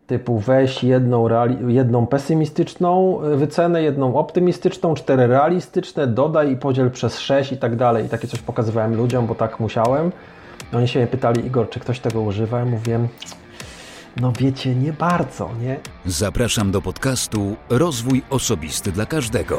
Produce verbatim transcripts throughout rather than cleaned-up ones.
typu weź jedną, reali- jedną pesymistyczną wycenę, jedną optymistyczną, cztery realistyczne, dodaj i podziel przez sześć i tak dalej. I takie coś pokazywałem ludziom, bo tak musiałem. Oni się mnie pytali, Igor, czy ktoś tego używa? Ja mówię, no wiecie, nie bardzo, nie? Zapraszam do podcastu Rozwój Osobisty dla Każdego.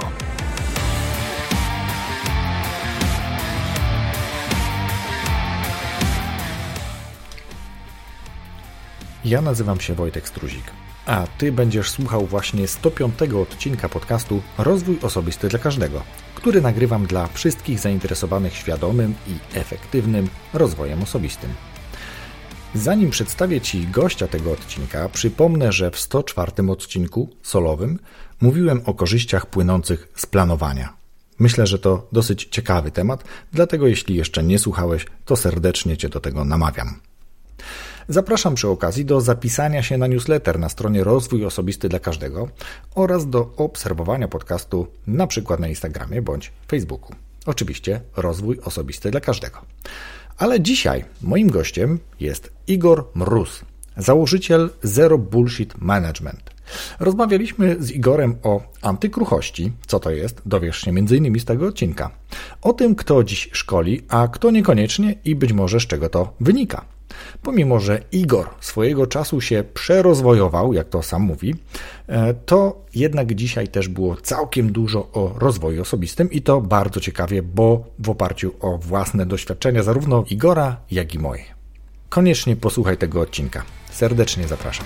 Ja nazywam się Wojtek Struzik, a Ty będziesz słuchał właśnie sto piątego odcinka podcastu Rozwój Osobisty dla Każdego, który nagrywam dla wszystkich zainteresowanych świadomym i efektywnym rozwojem osobistym. Zanim przedstawię Ci gościa tego odcinka, przypomnę, że w sto czwartym odcinku solowym mówiłem o korzyściach płynących z planowania. Myślę, że to dosyć ciekawy temat, dlatego jeśli jeszcze nie słuchałeś, to serdecznie Cię do tego namawiam. Zapraszam przy okazji do zapisania się na newsletter na stronie Rozwój Osobisty dla Każdego oraz do obserwowania podcastu na przykład na Instagramie bądź Facebooku. Oczywiście Rozwój Osobisty dla Każdego. Ale dzisiaj moim gościem jest Igor Mróz, założyciel Zero Bullshit Management. Rozmawialiśmy z Igorem o antykruchości, co to jest, dowiesz się między innymi z tego odcinka. O tym, kto dziś szkoli, a kto niekoniecznie i być może z czego to wynika. Pomimo, że Igor swojego czasu się przerozwojował, jak to sam mówi, to jednak dzisiaj też było całkiem dużo o rozwoju osobistym i to bardzo ciekawie, bo w oparciu o własne doświadczenia zarówno Igora, jak i moje. Koniecznie posłuchaj tego odcinka. Serdecznie zapraszam.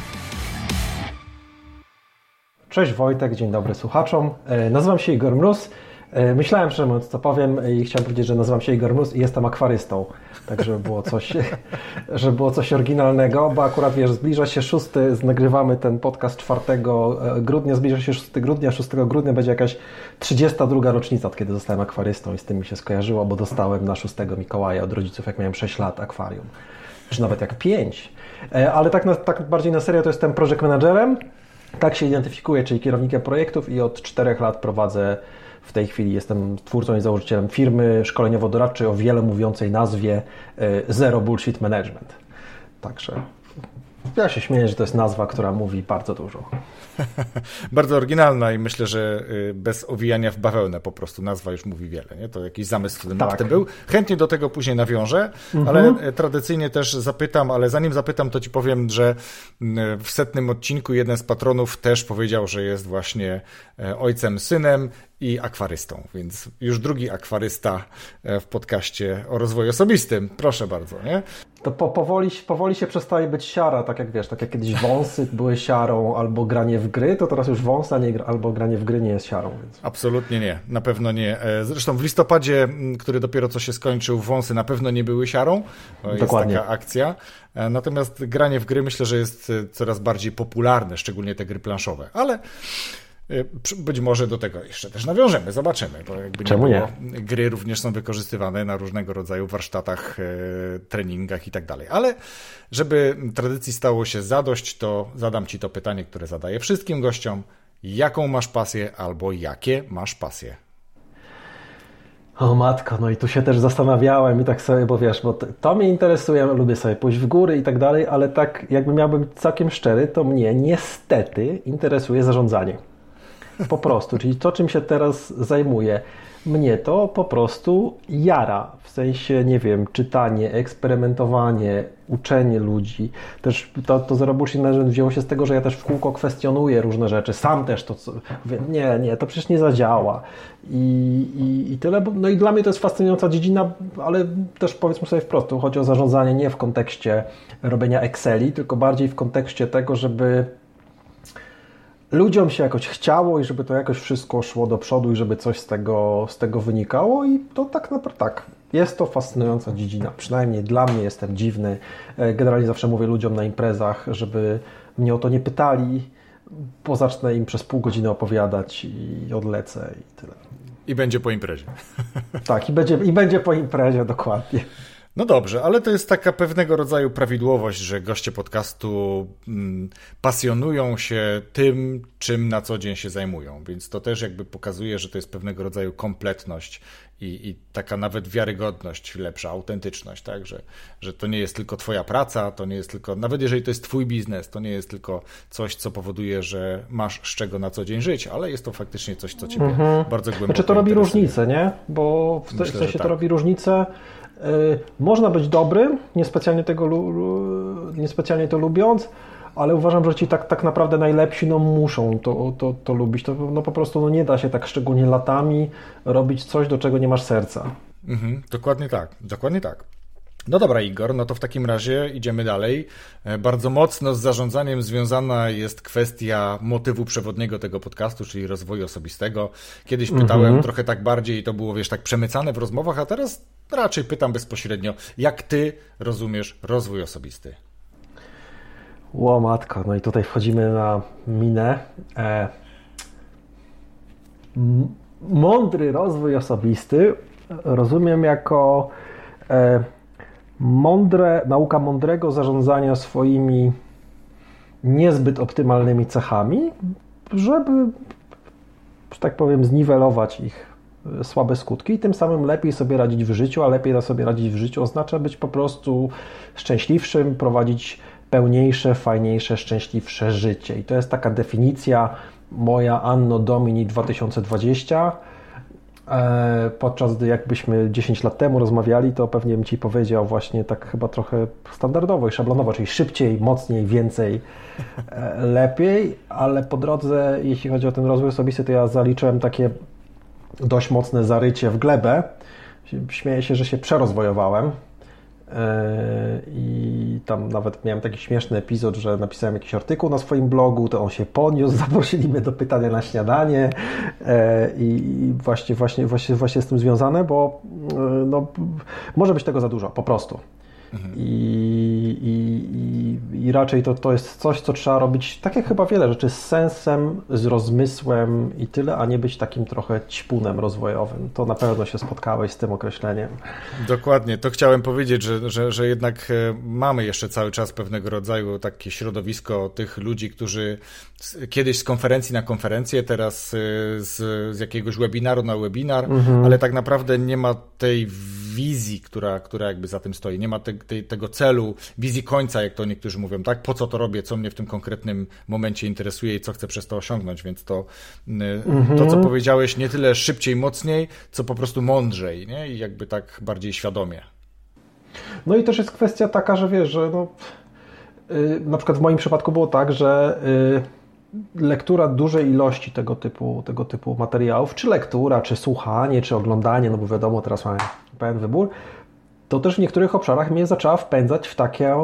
Cześć Wojtek, dzień dobry słuchaczom. Nazywam się Igor Mróz. Myślałem, że mówiąc co powiem i chciałem powiedzieć, że nazywam się Igor Mróz i jestem akwarystą. Tak, żeby było coś, żeby było coś oryginalnego, bo akurat wiesz, zbliża się szósty, nagrywamy ten podcast czwartego grudnia, zbliża się szóstego grudnia, szóstego grudnia będzie jakaś trzydziesta druga rocznica, od kiedy zostałem akwarystą i z tym mi się skojarzyło, bo dostałem na szóstego Mikołaja od rodziców, jak miałem sześć lat, akwarium. Czy nawet jak pięć. Ale tak, na, tak bardziej na serio to jestem project managerem, tak się identyfikuję, czyli kierownikiem projektów i od czterech lat prowadzę. W tej chwili jestem twórcą i założycielem firmy szkoleniowo-doradczej o wiele mówiącej nazwie Zero Bullshit Management. Także ja się śmieję, że to jest nazwa, która mówi bardzo dużo. Bardzo oryginalna i myślę, że bez owijania w bawełnę po prostu nazwa już mówi wiele. Nie? To jakiś zamysł w tym tak. był. Chętnie do tego później nawiążę, mhm. ale tradycyjnie też zapytam, ale zanim zapytam, to Ci powiem, że w setnym odcinku jeden z patronów też powiedział, że jest właśnie ojcem, synem i akwarystą, więc już drugi akwarysta w podcaście o rozwoju osobistym. Proszę bardzo, nie? To po, powoli, powoli się przestaje być siara, tak jak wiesz, tak jak kiedyś wąsy były siarą albo granie w gry, to teraz już wąsa nie, albo granie w gry nie jest siarą. Więc. Absolutnie nie, na pewno nie. Zresztą w listopadzie, który dopiero co się skończył, wąsy na pewno nie były siarą. Jest Dokładnie. Taka akcja. Natomiast granie w gry myślę, że jest coraz bardziej popularne, szczególnie te gry planszowe, ale być może do tego jeszcze też nawiążemy, zobaczymy, bo jakby Czemu nie było, nie? Gry również są wykorzystywane na różnego rodzaju warsztatach, treningach i tak dalej. Ale żeby tradycji stało się zadość, to zadam Ci to pytanie, które zadaję wszystkim gościom. Jaką masz pasję albo jakie masz pasje? O matko, no i tu się też zastanawiałem i tak sobie, bo wiesz, bo to, to mnie interesuje, lubię sobie pójść w góry i tak dalej, ale tak jakby miałbym być całkiem szczery, to mnie niestety interesuje zarządzanie. Po prostu, czyli to, czym się teraz zajmuję, mnie to po prostu jara. W sensie, nie wiem, czytanie, eksperymentowanie, uczenie ludzi. Też to, to Zero Bullshit Management wzięło się z tego, że ja też w kółko kwestionuję różne rzeczy. Sam też to, co, mówię, nie, nie, to przecież nie zadziała. I, i, i tyle. No i dla mnie to jest fascynująca dziedzina, ale też powiedzmy sobie wprost, tu chodzi o zarządzanie nie w kontekście robienia Exceli, tylko bardziej w kontekście tego, żeby ludziom się jakoś chciało i żeby to jakoś wszystko szło do przodu i żeby coś z tego, z tego wynikało i to tak naprawdę tak. Jest to fascynująca dziedzina, przynajmniej dla mnie, jestem dziwny. Generalnie zawsze mówię ludziom na imprezach, żeby mnie o to nie pytali, bo zacznę im przez pół godziny opowiadać i odlecę i tyle. I będzie po imprezie. Tak, i będzie, i będzie po imprezie, dokładnie. No dobrze, ale to jest taka pewnego rodzaju prawidłowość, że goście podcastu mm, pasjonują się tym, czym na co dzień się zajmują, więc to też jakby pokazuje, że to jest pewnego rodzaju kompletność i, i taka nawet wiarygodność lepsza, autentyczność, tak, że, że to nie jest tylko twoja praca, to nie jest tylko, nawet jeżeli to jest twój biznes, to nie jest tylko coś, co powoduje, że masz z czego na co dzień żyć, ale jest to faktycznie coś, co ciebie mhm. bardzo głęboko Znaczy to robi interesuje. różnicę, nie? Bo w Myślę, sensie tak. to robi różnicę. Yy, można być dobrym, niespecjalnie tego niespecjalnie to lubiąc, ale uważam, że ci tak, tak naprawdę najlepsi no muszą to, to, to lubić. To no po prostu no nie da się tak szczególnie latami robić coś, do czego nie masz serca. Mhm, dokładnie tak, dokładnie tak. No dobra, Igor, no to w takim razie idziemy dalej. Bardzo mocno z zarządzaniem związana jest kwestia motywu przewodniego tego podcastu, czyli rozwoju osobistego. Kiedyś pytałem mhm. trochę tak bardziej i to było, wiesz, tak przemycane w rozmowach, a teraz raczej pytam bezpośrednio, jak ty rozumiesz rozwój osobisty? Ło matko, no i tutaj wchodzimy na minę. E, m- mądry rozwój osobisty rozumiem jako e, mądre, nauka mądrego zarządzania swoimi niezbyt optymalnymi cechami, żeby, że tak powiem, zniwelować ich słabe skutki i tym samym lepiej sobie radzić w życiu, a lepiej sobie radzić w życiu oznacza być po prostu szczęśliwszym, prowadzić pełniejsze, fajniejsze, szczęśliwsze życie. I to jest taka definicja moja Anno Domini dwa tysiące dwadzieścia. Podczas gdy jakbyśmy dziesięć lat temu rozmawiali, to pewnie bym Ci powiedział właśnie tak chyba trochę standardowo i szablonowo, czyli szybciej, mocniej, więcej, lepiej, ale po drodze, jeśli chodzi o ten rozwój osobisty, to ja zaliczyłem takie dość mocne zarycie w glebę. Śmieję się, że się przerozwojowałem. I tam nawet miałem taki śmieszny epizod, że napisałem jakiś artykuł na swoim blogu, to on się podniósł, zaprosili mnie do pytania na śniadanie i właśnie, właśnie, właśnie, właśnie z tym związane, bo no, może być tego za dużo, po prostu. Mhm. I, i, i raczej to, to jest coś, co trzeba robić, tak jak chyba wiele rzeczy, z sensem, z rozmysłem i tyle, a nie być takim trochę ćpunem rozwojowym. To na pewno się spotkałeś z tym określeniem. Dokładnie, to chciałem powiedzieć, że, że, że jednak mamy jeszcze cały czas pewnego rodzaju takie środowisko tych ludzi, którzy kiedyś z konferencji na konferencję, teraz z, z jakiegoś webinaru na webinar, mhm. ale tak naprawdę nie ma tej wizji, która, która jakby za tym stoi. Nie ma te, te, tego celu, wizji końca, jak to niektórzy mówią, tak? Po co to robię, co mnie w tym konkretnym momencie interesuje i co chcę przez to osiągnąć, więc to, mhm. to co powiedziałeś, nie tyle szybciej, mocniej, co po prostu mądrzej, nie? I jakby tak bardziej świadomie. No i też jest kwestia taka, że wiesz, że no, yy, na przykład w moim przypadku było tak, że yy, lektura dużej ilości tego typu, tego typu materiałów, czy lektura, czy słuchanie, czy oglądanie, no bo wiadomo, teraz mamy pełen wybór, to też w niektórych obszarach mnie zaczęła wpędzać w takie,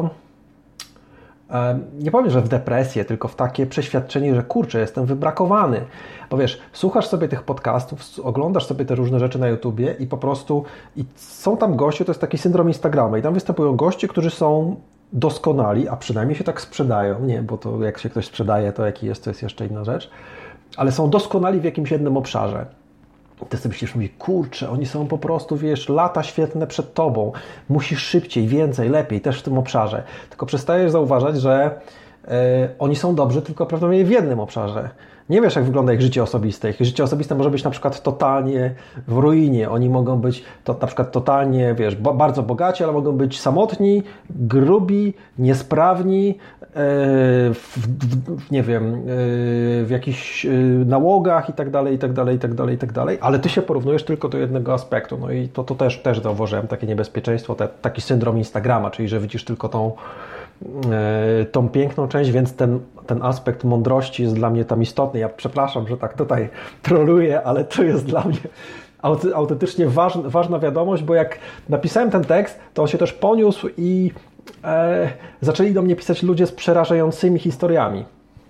nie powiem, że w depresję, tylko w takie przeświadczenie, że kurczę, jestem wybrakowany. Bo wiesz, słuchasz sobie tych podcastów, oglądasz sobie te różne rzeczy na YouTubie i po prostu i są tam goście, to jest taki syndrom Instagrama i tam występują goście, którzy są doskonali, a przynajmniej się tak sprzedają, nie, bo to jak się ktoś sprzedaje, to jaki jest, to jest jeszcze inna rzecz, ale są doskonali w jakimś jednym obszarze. Ty sobie myślisz, mówi, kurczę, oni są po prostu, wiesz, lata świetne przed tobą, musisz szybciej, więcej, lepiej, też w tym obszarze. Tylko przestajesz zauważać, że yy, oni są dobrzy tylko prawdopodobnie w jednym obszarze. Nie wiesz, jak wygląda ich życie osobiste. Ich życie osobiste może być na przykład totalnie w ruinie. Oni mogą być to, na przykład totalnie, wiesz, bo, bardzo bogaci, ale mogą być samotni, grubi, niesprawni, yy, w, w, nie wiem, yy, w jakichś yy, nałogach i tak dalej, i tak dalej, i tak dalej, i tak dalej. Ale ty się porównujesz tylko do jednego aspektu. No i to, to też, też zauważyłem takie niebezpieczeństwo, te, taki syndrom Instagrama, czyli że widzisz tylko tą tą piękną część, więc ten, ten aspekt mądrości jest dla mnie tam istotny. Ja przepraszam, że tak tutaj troluję, ale to jest dla mnie autentycznie ważna, ważna wiadomość, bo jak napisałem ten tekst, to on się też poniósł i e, zaczęli do mnie pisać ludzie z przerażającymi historiami.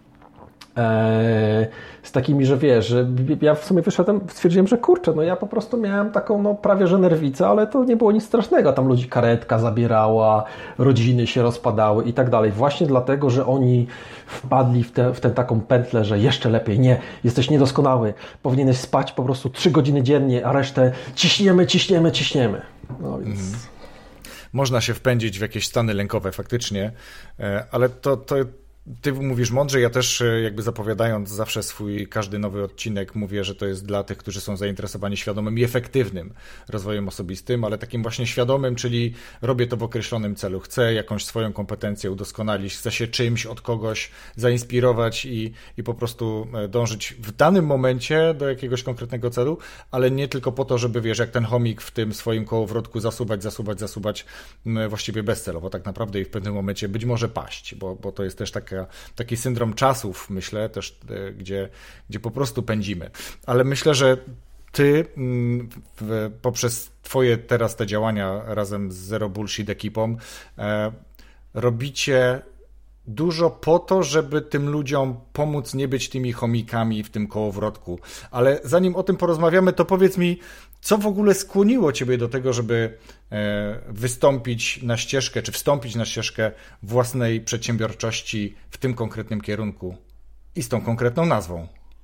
E, z takimi, że wiesz, że ja w sumie wyszedłem, stwierdziłem, że kurczę, no ja po prostu miałem taką no prawie że nerwicę, ale to nie było nic strasznego. Tam ludzi karetka zabierała, rodziny się rozpadały i tak dalej. Właśnie dlatego, że oni wpadli w tę w tę taką pętlę, że jeszcze lepiej, nie, jesteś niedoskonały, powinieneś spać po prostu trzy godziny dziennie, a resztę ciśniemy, ciśniemy, ciśniemy. No więc... Mm. Można się wpędzić w jakieś stany lękowe faktycznie, ale to, to Ty mówisz mądrze, ja też jakby zapowiadając zawsze swój każdy nowy odcinek mówię, że to jest dla tych, którzy są zainteresowani świadomym i efektywnym rozwojem osobistym, ale takim właśnie świadomym, czyli robię to w określonym celu, chcę jakąś swoją kompetencję udoskonalić, chcę się czymś od kogoś zainspirować i, i po prostu dążyć w danym momencie do jakiegoś konkretnego celu, ale nie tylko po to, żeby wiesz, jak ten chomik w tym swoim kołowrotku zasuwać, zasuwać, zasuwać właściwie bezcelowo tak naprawdę i w pewnym momencie być może paść, bo, bo to jest też taka taki syndrom czasów, myślę, też gdzie, gdzie po prostu pędzimy. Ale myślę, że ty w, poprzez twoje teraz te działania razem z Zero Bullshit ekipą e, robicie dużo po to, żeby tym ludziom pomóc nie być tymi chomikami w tym kołowrotku. Ale zanim o tym porozmawiamy, to powiedz mi, co w ogóle skłoniło ciebie do tego, żeby wystąpić na ścieżkę, czy wstąpić na ścieżkę własnej przedsiębiorczości w tym konkretnym kierunku i z tą konkretną nazwą?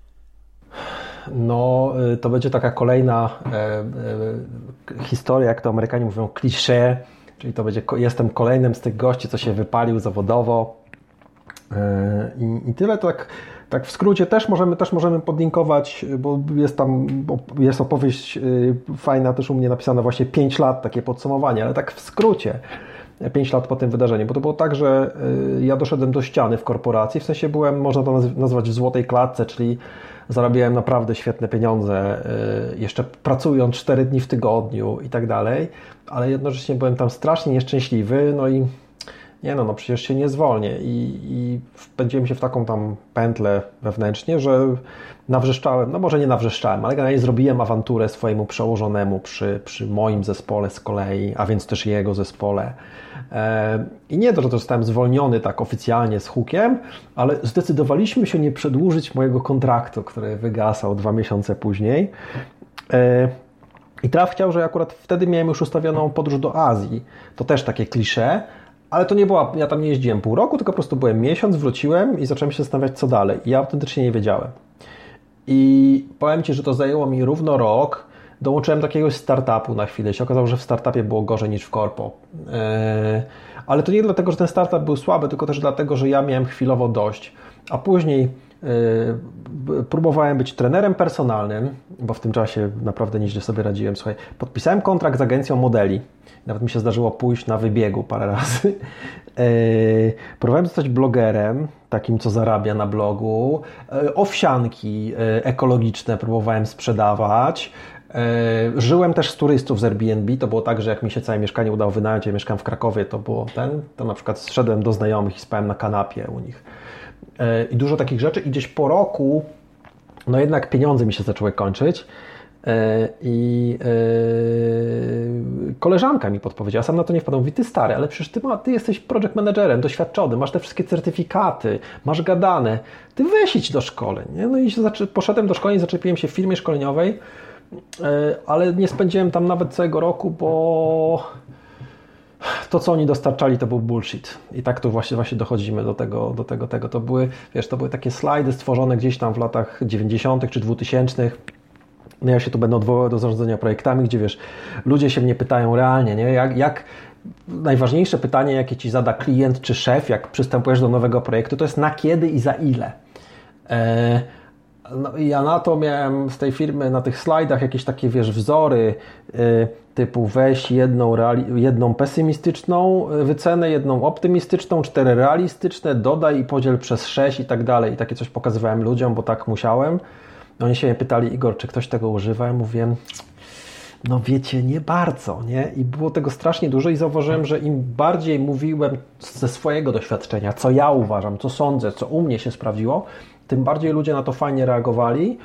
No, to będzie taka kolejna e, e, historia, jak to Amerykanie mówią, cliché, czyli to będzie, jestem kolejnym z tych gości, co się wypalił zawodowo. E, i, I tyle tak. Tak w skrócie też możemy, też możemy podlinkować, bo jest tam jest opowieść fajna też u mnie napisana, właśnie pięć lat, takie podsumowanie, ale tak w skrócie pięć lat po tym wydarzeniu, bo to było tak, że ja doszedłem do ściany w korporacji, w sensie byłem, można to nazwać w złotej klatce, czyli zarabiałem naprawdę świetne pieniądze, jeszcze pracując cztery dni w tygodniu i tak dalej, ale jednocześnie byłem tam strasznie nieszczęśliwy, no i nie no, no przecież się nie zwolnię i, i wpędziłem się w taką tam pętlę wewnętrznie, że nawrzeszczałem, no może nie nawrzeszczałem, ale generalnie zrobiłem awanturę swojemu przełożonemu przy, przy moim zespole z kolei, a więc też jego zespole. E, I nie to, że to zostałem zwolniony tak oficjalnie z hukiem, ale zdecydowaliśmy się nie przedłużyć mojego kontraktu, który wygasał dwa miesiące później. E, I traf chciał, że akurat wtedy miałem już ustawioną podróż do Azji. To też takie klisze. Ale to nie była, ja tam nie jeździłem pół roku, tylko po prostu byłem miesiąc, wróciłem i zacząłem się zastanawiać, co dalej. I ja autentycznie nie wiedziałem. I powiem Ci, że to zajęło mi równo rok. Dołączyłem do jakiegoś startupu na chwilę. Się okazało, że w startupie było gorzej niż w korpo. Yy, ale to nie dlatego, że ten startup był słaby, tylko też dlatego, że ja miałem chwilowo dość. A później yy, próbowałem być trenerem personalnym, bo w tym czasie naprawdę nieźle sobie radziłem. Słuchaj, podpisałem kontrakt z agencją modeli. Nawet mi się zdarzyło pójść na wybiegu parę razy. Yy, próbowałem zostać blogerem, takim, co zarabia na blogu. Yy, owsianki yy, ekologiczne próbowałem sprzedawać. Yy, żyłem też z turystów z Airbnb. To było tak, że jak mi się całe mieszkanie udało wynająć, ja mieszkam w Krakowie, to było ten, to na przykład zszedłem do znajomych i spałem na kanapie u nich. Yy, I dużo takich rzeczy. I gdzieś po roku, no jednak pieniądze mi się zaczęły kończyć. I yy, koleżanka mi podpowiedziała, sam na to nie wpadłem, mówi, ty stary, ale przecież ty, ma, ty jesteś project managerem, doświadczony, masz te wszystkie certyfikaty, masz gadane, ty weź idź do szkoleń. Nie? No i zaczę, poszedłem do szkoleń, zaczepiłem się w firmie szkoleniowej, yy, ale nie spędziłem tam nawet całego roku, bo to, co oni dostarczali, to był bullshit. I tak tu właśnie, właśnie dochodzimy do tego, do tego, tego. To były, wiesz, to były takie slajdy stworzone gdzieś tam w latach dziewięćdziesiątych czy dwutysięcznych. No ja się tu będę odwoływał do zarządzania projektami, gdzie wiesz, ludzie się mnie pytają realnie, nie? Jak, jak najważniejsze pytanie, jakie ci zada klient czy szef, jak przystępujesz do nowego projektu, to jest na kiedy i za ile. E, no i ja na to miałem z tej firmy na tych slajdach jakieś takie, wiesz, wzory e, typu weź jedną, reali- jedną pesymistyczną wycenę, jedną optymistyczną, cztery realistyczne, dodaj i podziel przez sześć i tak dalej. I takie coś pokazywałem ludziom, bo tak musiałem. Oni się mnie pytali, Igor, czy ktoś tego używa? Ja mówię, no wiecie, nie bardzo, nie? I było tego strasznie dużo i zauważyłem, że im bardziej mówiłem ze swojego doświadczenia, co ja uważam, co sądzę, co u mnie się sprawdziło, tym bardziej ludzie na to fajnie reagowali.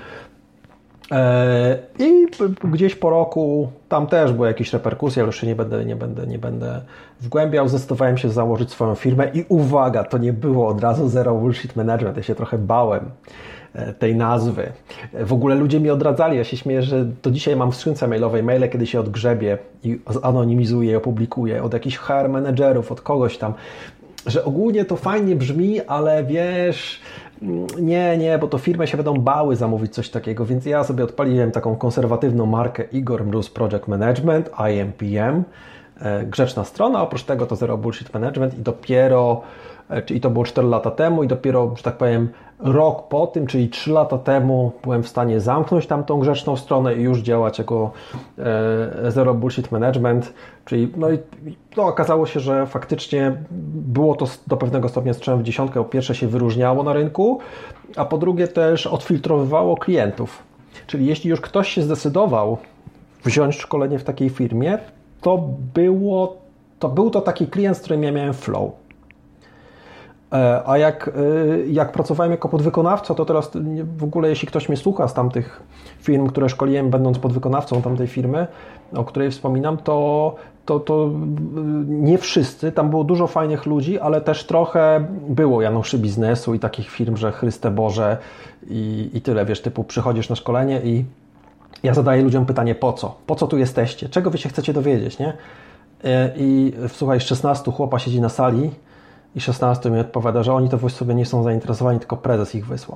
I gdzieś po roku tam też były jakieś reperkusje, ale już się nie będę, nie będę, nie będę wgłębiał. Zdecydowałem się założyć swoją firmę i uwaga, to nie było od razu Zero Bullshit Management, ja się trochę bałem tej nazwy. W ogóle ludzie mi odradzali, ja się śmieję, że do dzisiaj mam w skrzynce mailowej maile, kiedy się odgrzebię i zanonimizuję, opublikuję od jakichś H R menedżerów, od kogoś tam, że ogólnie to fajnie brzmi, ale wiesz, nie, nie, bo to firmy się będą bały zamówić coś takiego, więc ja sobie odpaliłem taką konserwatywną markę Igor Mróz Project Management, I M P M, grzeczna strona, oprócz tego to Zero Bullshit Management i dopiero i to było cztery lata temu i dopiero, że tak powiem, rok po tym, czyli trzy lata temu byłem w stanie zamknąć tamtą grzeczną stronę i już działać jako Zero Bullshit Management, czyli no i no, okazało się, że faktycznie było to do pewnego stopnia strzałem w dziesiątkę, po pierwsze się wyróżniało na rynku, a po drugie też odfiltrowywało klientów. Czyli jeśli już ktoś się zdecydował wziąć szkolenie w takiej firmie, to, było, to był to taki klient, z którym ja miałem flow. A jak, jak pracowałem jako podwykonawca, to teraz w ogóle jeśli ktoś mnie słucha z tamtych firm, które szkoliłem będąc podwykonawcą tamtej firmy, o której wspominam, to, to, to nie wszyscy, tam było dużo fajnych ludzi, ale też trochę było Januszy biznesu i takich firm, że Chryste Boże i, i tyle, wiesz, typu przychodzisz na szkolenie i ja zadaję ludziom pytanie po co? Po co tu jesteście? Czego wy się chcecie dowiedzieć, nie? I słuchaj, szesnastu chłopa siedzi na sali i szesnastu mi odpowiada, że oni to sobie nie są zainteresowani, tylko prezes ich wysłał.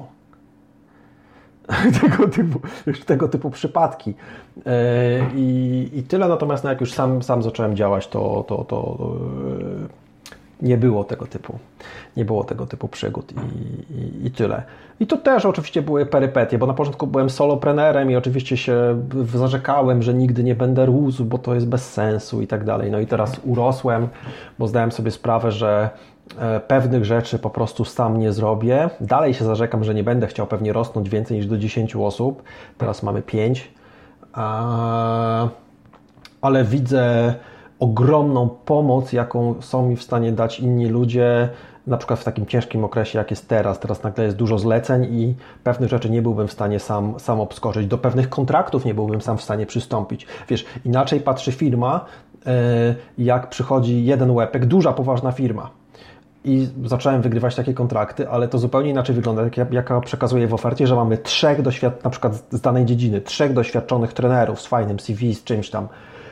tego, typu, tego typu przypadki. I, i tyle, natomiast no jak już sam, sam zacząłem działać, to, to, to nie było tego typu, nie było tego typu przygód i, i, i tyle. I to też oczywiście były perypetie, bo na początku byłem soloprenerem i oczywiście się zarzekałem, że nigdy nie będę rósł, bo to jest bez sensu i tak dalej. No i teraz urosłem, bo zdałem sobie sprawę, że pewnych rzeczy po prostu sam nie zrobię. Dalej się zarzekam, że nie będę chciał pewnie rosnąć więcej niż do dziesięciu osób. Teraz mamy pięć. Ale widzę ogromną pomoc, jaką są mi w stanie dać inni ludzie, na przykład w takim ciężkim okresie, jak jest teraz. Teraz nagle jest dużo zleceń i pewnych rzeczy nie byłbym w stanie sam, sam obskoczyć. Do pewnych kontraktów nie byłbym sam w stanie przystąpić. Wiesz, inaczej patrzy firma, jak przychodzi jeden łepek, duża, poważna firma. I zacząłem wygrywać takie kontrakty, ale to zupełnie inaczej wygląda, jak ja, jaka przekazuję w ofercie, że mamy trzech doświad... na przykład z danej dziedziny, trzech doświadczonych trenerów z fajnym C V, z czymś tam.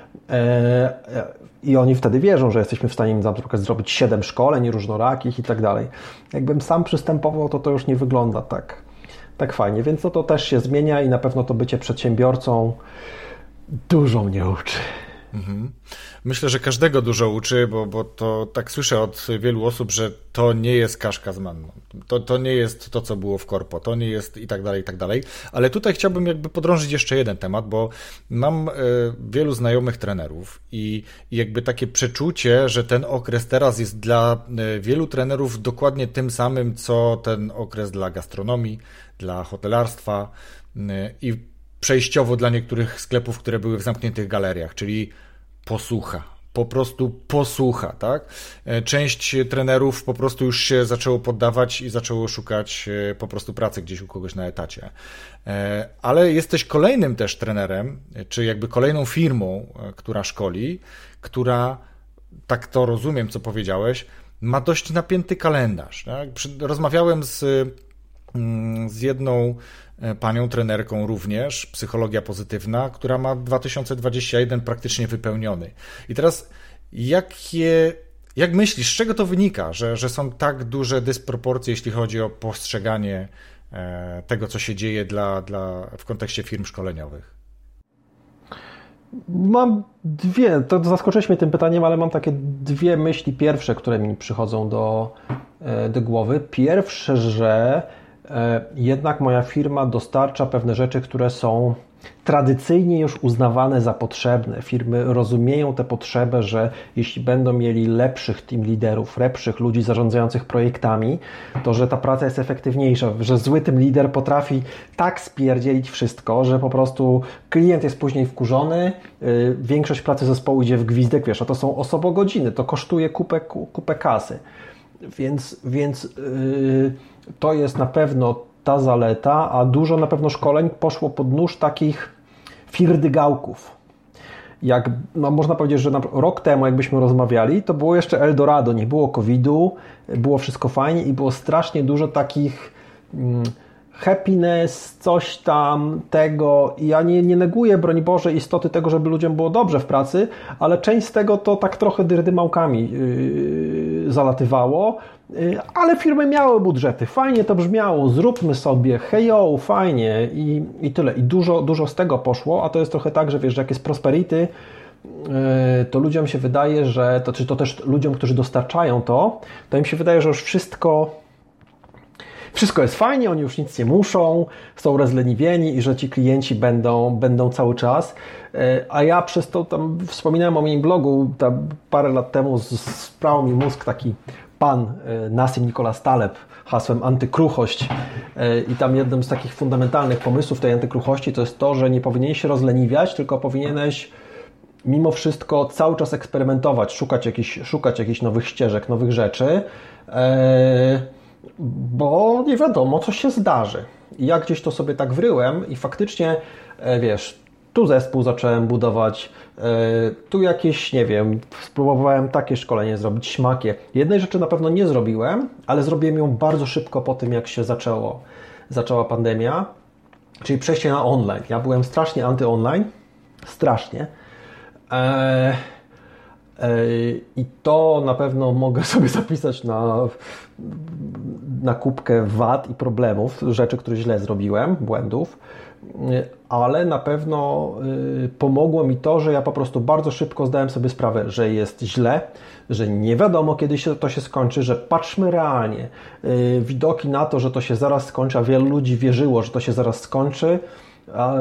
I oni wtedy wierzą, że jesteśmy w stanie im na przykład zrobić siedem szkoleń różnorakich i tak dalej. Jakbym sam przystępował, to to już nie wygląda tak, tak fajnie, więc to, to też się zmienia i na pewno to bycie przedsiębiorcą dużo mnie uczy. Mhm. Myślę, że każdego dużo uczy, bo, bo to tak słyszę od wielu osób, że to nie jest kaszka z manną. To, to nie jest to, co było w korpo, to nie jest i tak dalej, i tak dalej. Ale tutaj chciałbym jakby podrążyć jeszcze jeden temat, bo mam y, wielu znajomych trenerów i, i jakby takie przeczucie, że ten okres teraz jest dla y, wielu trenerów dokładnie tym samym, co ten okres dla gastronomii, dla hotelarstwa y, i przejściowo dla niektórych sklepów, które były w zamkniętych galeriach, czyli posłucha, po prostu posłucha, tak? Część trenerów po prostu już się zaczęło poddawać i zaczęło szukać po prostu pracy gdzieś u kogoś na etacie. Ale jesteś kolejnym też trenerem, czy jakby kolejną firmą, która szkoli, która, tak to rozumiem, co powiedziałeś, ma dość napięty kalendarz. Tak? Rozmawiałem z, z jedną panią trenerką również, psychologia pozytywna, która ma dwa tysiące dwudziesty pierwszy praktycznie wypełniony. I teraz jakie, jak myślisz, z czego to wynika, że, że są tak duże dysproporcje, jeśli chodzi o postrzeganie tego, co się dzieje dla, dla, w kontekście firm szkoleniowych? Mam dwie, to zaskoczyłeś mnie tym pytaniem, ale mam takie dwie myśli pierwsze, które mi przychodzą do, do głowy. Pierwsze, że jednak moja firma dostarcza pewne rzeczy, które są tradycyjnie już uznawane za potrzebne. Firmy rozumieją tę potrzebę, że jeśli będą mieli lepszych team liderów, lepszych ludzi zarządzających projektami, to że ta praca jest efektywniejsza, że zły team lider potrafi tak spierdzielić wszystko, że po prostu klient jest później wkurzony, yy, większość pracy zespołu idzie w gwizdek, wiesz, a to są osobogodziny, to kosztuje kupę, kupę kasy. Więc, więc yy, to jest na pewno ta zaleta, a dużo na pewno szkoleń poszło pod nóż takich firdygałków. Jak, no można powiedzieć, że na, rok temu jakbyśmy rozmawiali, to było jeszcze Eldorado, nie było kowidu, było wszystko fajnie i było strasznie dużo takich mm, happiness, coś tam, tego. I ja nie, nie neguję, broń Boże, istoty tego, żeby ludziom było dobrze w pracy, ale część z tego to tak trochę dyrdymałkami yy, zalatywało. Ale firmy miały budżety, fajnie to brzmiało, zróbmy sobie, hejo, fajnie i, i tyle. I dużo, dużo z tego poszło, a to jest trochę tak, że wiesz, że jak jest prosperity, to ludziom się wydaje, że to, czy to też ludziom, którzy dostarczają to, to im się wydaje, że już wszystko wszystko jest fajnie, oni już nic nie muszą, są rozleniwieni i że ci klienci będą, będą cały czas. A ja przez to tam wspominałem o moim blogu tam parę lat temu, sprał mi mózg taki pan Nassim Nicholas Taleb hasłem antykruchość i tam jednym z takich fundamentalnych pomysłów tej antykruchości to jest to, że nie powinieneś się rozleniwiać, tylko powinieneś mimo wszystko cały czas eksperymentować, szukać jakichś, szukać jakichś nowych ścieżek, nowych rzeczy, bo nie wiadomo, co się zdarzy. I ja gdzieś to sobie tak wryłem i faktycznie, wiesz, tu zespół zacząłem budować, tu jakieś, nie wiem, spróbowałem takie szkolenie zrobić, śmakie. Jednej rzeczy na pewno nie zrobiłem, ale zrobiłem ją bardzo szybko po tym, jak się zaczęło, zaczęła pandemia, czyli przejście na online. Ja byłem strasznie anty-online, strasznie. Eee, eee, I to na pewno mogę sobie zapisać na, na kubkę wad i problemów, rzeczy, które źle zrobiłem, błędów, ale na pewno y, pomogło mi to, że ja po prostu bardzo szybko zdałem sobie sprawę, że jest źle, że nie wiadomo, kiedy się to się skończy, że patrzmy realnie. Y, widoki na to, że to się zaraz skończy, a wielu ludzi wierzyło, że to się zaraz skończy, A,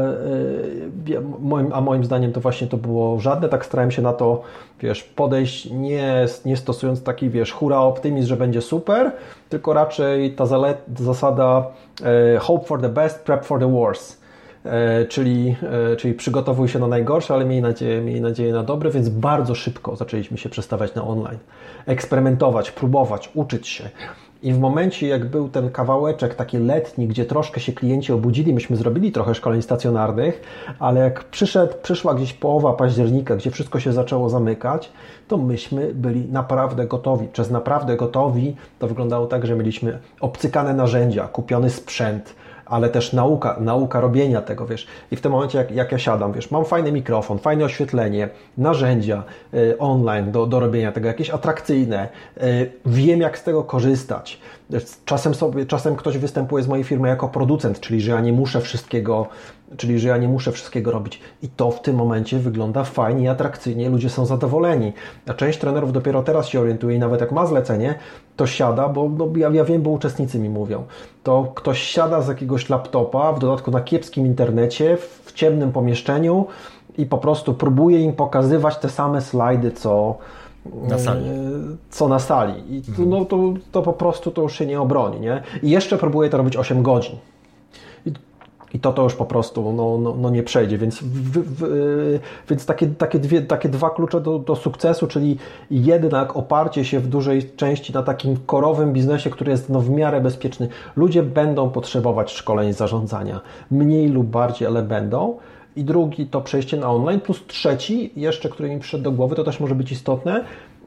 moim, a moim zdaniem to właśnie to było żadne, tak starałem się na to, wiesz, podejść nie, nie stosując taki, wiesz, hura optymizm, że będzie super, tylko raczej ta zalet, zasada e, hope for the best, prep for the worst, e, czyli, e, czyli przygotowuj się na najgorsze, ale miej nadzieję, miej nadzieję na dobre, więc bardzo szybko zaczęliśmy się przestawiać na online, eksperymentować, próbować, uczyć się. I w momencie, jak był ten kawałeczek taki letni, gdzie troszkę się klienci obudzili, myśmy zrobili trochę szkoleń stacjonarnych, ale jak przyszedł, przyszła gdzieś połowa października, gdzie wszystko się zaczęło zamykać, to myśmy byli naprawdę gotowi. Przez naprawdę gotowi to wyglądało tak, że mieliśmy obcykane narzędzia, kupiony sprzęt, ale też nauka, nauka robienia tego, wiesz. I w tym momencie, jak, jak ja siadam, wiesz, mam fajny mikrofon, fajne oświetlenie, narzędzia y, online do, do robienia tego, jakieś atrakcyjne, y, wiem, jak z tego korzystać. Czasem sobie, czasem ktoś występuje z mojej firmy jako producent, czyli że ja nie muszę wszystkiego, czyli że ja nie muszę wszystkiego robić. I to w tym momencie wygląda fajnie i atrakcyjnie, ludzie są zadowoleni. A część trenerów dopiero teraz się orientuje i nawet jak ma zlecenie, to siada, bo no, ja, ja wiem, bo uczestnicy mi mówią, to ktoś siada z jakiegoś laptopa, w dodatku na kiepskim internecie, w ciemnym pomieszczeniu i po prostu próbuje im pokazywać te same slajdy, co na sali. Co na sali. I to, no, to, to po prostu to już się nie obroni, nie? I jeszcze próbuję to robić osiem godzin. I, i to to już po prostu no, no, no nie przejdzie. Więc, w, w, więc takie, takie, dwie, takie dwa klucze do, do sukcesu, czyli jednak oparcie się w dużej części na takim korowym biznesie, który jest no, w miarę bezpieczny. Ludzie będą potrzebować szkoleń zarządzania. Mniej lub bardziej, ale będą. I drugi to przejście na online, plus trzeci jeszcze, który mi przyszedł do głowy, to też może być istotne.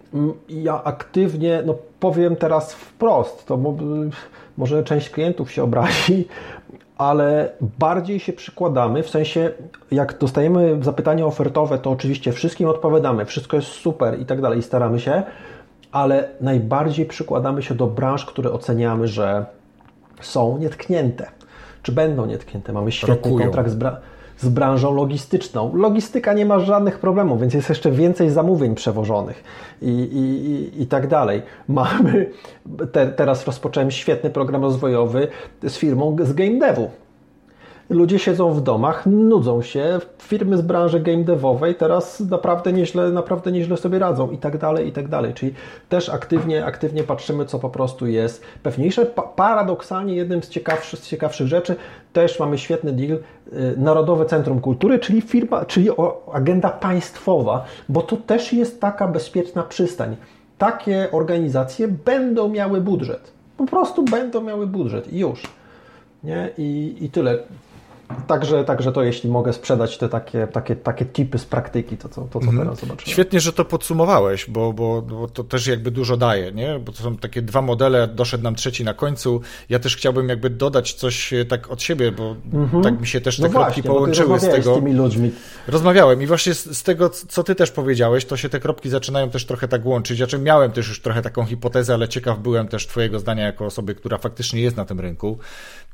Ja aktywnie, no powiem teraz wprost, to może część klientów się obrazi, ale bardziej się przykładamy, w sensie jak dostajemy zapytania ofertowe, to oczywiście wszystkim odpowiadamy, wszystko jest super i tak dalej, i staramy się, ale najbardziej przykładamy się do branż, które oceniamy, że są nietknięte, czy będą nietknięte. Mamy świetny Rokują. kontrakt z branżą. z branżą logistyczną. Logistyka nie ma żadnych problemów, więc jest jeszcze więcej zamówień przewożonych i, i, i, i tak dalej. Mamy, te, teraz rozpocząłem świetny program rozwojowy z firmą z game devu. Ludzie siedzą w domach, nudzą się, firmy z branży game devowej teraz naprawdę nieźle, naprawdę nieźle sobie radzą i tak dalej, i tak dalej. Czyli też aktywnie, aktywnie patrzymy, co po prostu jest pewniejsze. Pa- paradoksalnie jednym z ciekawszych, z ciekawszych rzeczy też mamy świetny deal, y, Narodowe Centrum Kultury, czyli firma, czyli o, agenda państwowa, bo to też jest taka bezpieczna przystań. Takie organizacje będą miały budżet. Po prostu będą miały budżet i już. Nie? I, i tyle. Także, także to jeśli mogę sprzedać te takie, takie, takie tipy z praktyki, to, to, to co teraz zobaczymy. Świetnie, że to podsumowałeś, bo, bo, bo to też jakby dużo daje, nie? Bo to są takie dwa modele, doszedł nam trzeci na końcu. Ja też chciałbym jakby dodać coś tak od siebie, bo mm-hmm. tak mi się też te no kropki właśnie, połączyły z tego. Z tymi ludźmi. Rozmawiałem i właśnie z, z tego, co ty też powiedziałeś, to się te kropki zaczynają też trochę tak łączyć. Ja miałem też już trochę taką hipotezę, ale ciekaw byłem też twojego zdania jako osoby, która faktycznie jest na tym rynku.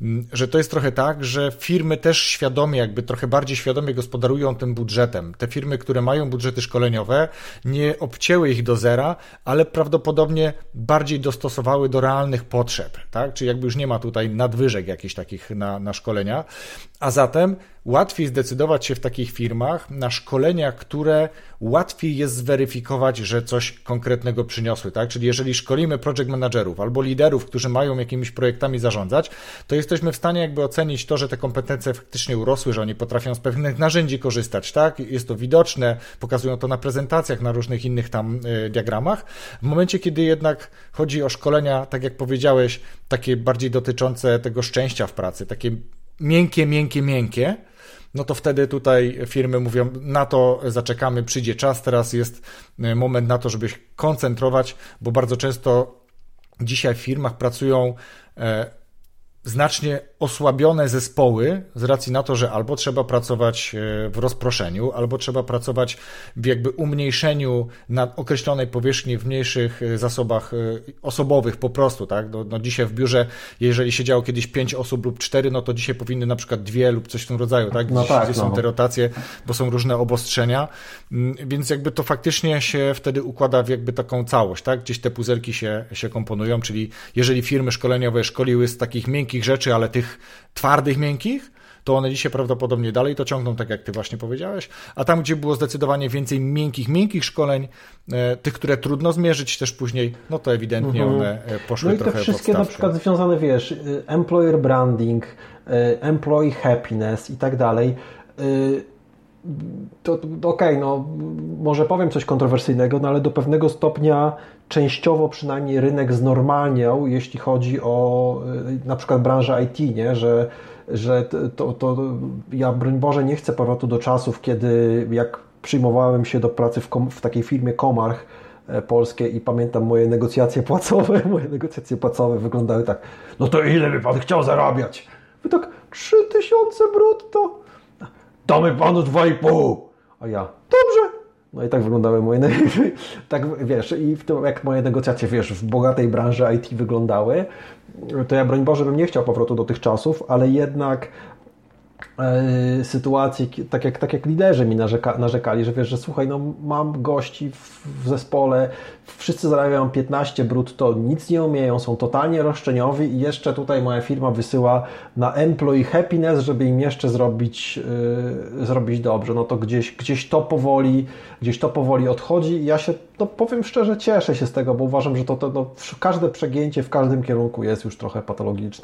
że to jest trochę tak, że firmy też świadomie, jakby trochę bardziej świadomie gospodarują tym budżetem. Te firmy, które mają budżety szkoleniowe, nie obcięły ich do zera, ale prawdopodobnie bardziej dostosowały do realnych potrzeb, tak? Czyli jakby już nie ma tutaj nadwyżek jakichś takich na, na szkolenia, a zatem łatwiej zdecydować się w takich firmach na szkolenia, które łatwiej jest zweryfikować, że coś konkretnego przyniosły, tak? Czyli jeżeli szkolimy project managerów albo liderów, którzy mają jakimiś projektami zarządzać, to jesteśmy w stanie jakby ocenić to, że te kompetencje faktycznie urosły, że oni potrafią z pewnych narzędzi korzystać, tak? Jest to widoczne, pokazują to na prezentacjach, na różnych innych tam y, diagramach. W momencie, kiedy jednak chodzi o szkolenia, tak jak powiedziałeś, takie bardziej dotyczące tego szczęścia w pracy, takie miękkie, miękkie, miękkie, no to wtedy tutaj firmy mówią, na to zaczekamy, przyjdzie czas, teraz jest moment na to, żeby się koncentrować, bo bardzo często dzisiaj w firmach pracują e, znacznie osłabione zespoły z racji na to, że albo trzeba pracować w rozproszeniu, albo trzeba pracować w jakby umniejszeniu na określonej powierzchni, w mniejszych zasobach osobowych po prostu, tak? No, no dzisiaj w biurze, jeżeli siedziało kiedyś pięć osób lub cztery, no to dzisiaj powinny na przykład dwie lub coś w tym rodzaju, tak? No tak, gdzie są no. te rotacje, bo są różne obostrzenia, więc jakby to faktycznie się wtedy układa w jakby taką całość, tak? Gdzieś te puzelki się, się komponują, czyli jeżeli firmy szkoleniowe szkoliły z takich miękkich rzeczy, ale tych twardych, miękkich, to one dzisiaj prawdopodobnie dalej to ciągną, tak jak ty właśnie powiedziałeś, a tam, gdzie było zdecydowanie więcej miękkich, miękkich szkoleń, e, tych, które trudno zmierzyć też później, no to ewidentnie mm-hmm. one poszły no i trochę te wszystkie podstawkę. Na przykład związane, wiesz, employer branding, employee happiness i tak dalej, to, to okej, okay, no może powiem coś kontrowersyjnego, no ale do pewnego stopnia częściowo przynajmniej rynek znormalniał, jeśli chodzi o na przykład branżę I T, nie? Że, że to, to ja broń Boże nie chcę powrotu do czasów, kiedy jak przyjmowałem się do pracy w, kom, w takiej firmie Comarch polskie i pamiętam moje negocjacje płacowe, moje negocjacje płacowe wyglądały tak, no to ile by pan chciał zarabiać? Wy tak, trzy tysiące brutto. Damy panu dwa i pół. A ja, dobrze. No i tak wyglądały moje, tak wiesz, i w tym, jak moje negocjacje, wiesz, w bogatej branży I T wyglądały, to ja broń Boże bym nie chciał powrotu do tych czasów, ale jednak e, sytuacji, tak jak, tak jak liderzy mi narzeka, narzekali, że wiesz, że słuchaj, no mam gości w, w zespole, wszyscy zarabiają piętnaście brutto, nic nie umieją, są totalnie roszczeniowi i jeszcze tutaj moja firma wysyła na employee happiness, żeby im jeszcze zrobić, yy, zrobić dobrze. No to gdzieś, gdzieś to powoli, gdzieś to powoli odchodzi i ja się, no powiem szczerze, cieszę się z tego, bo uważam, że to, to no, każde przegięcie w każdym kierunku jest już trochę patologiczne.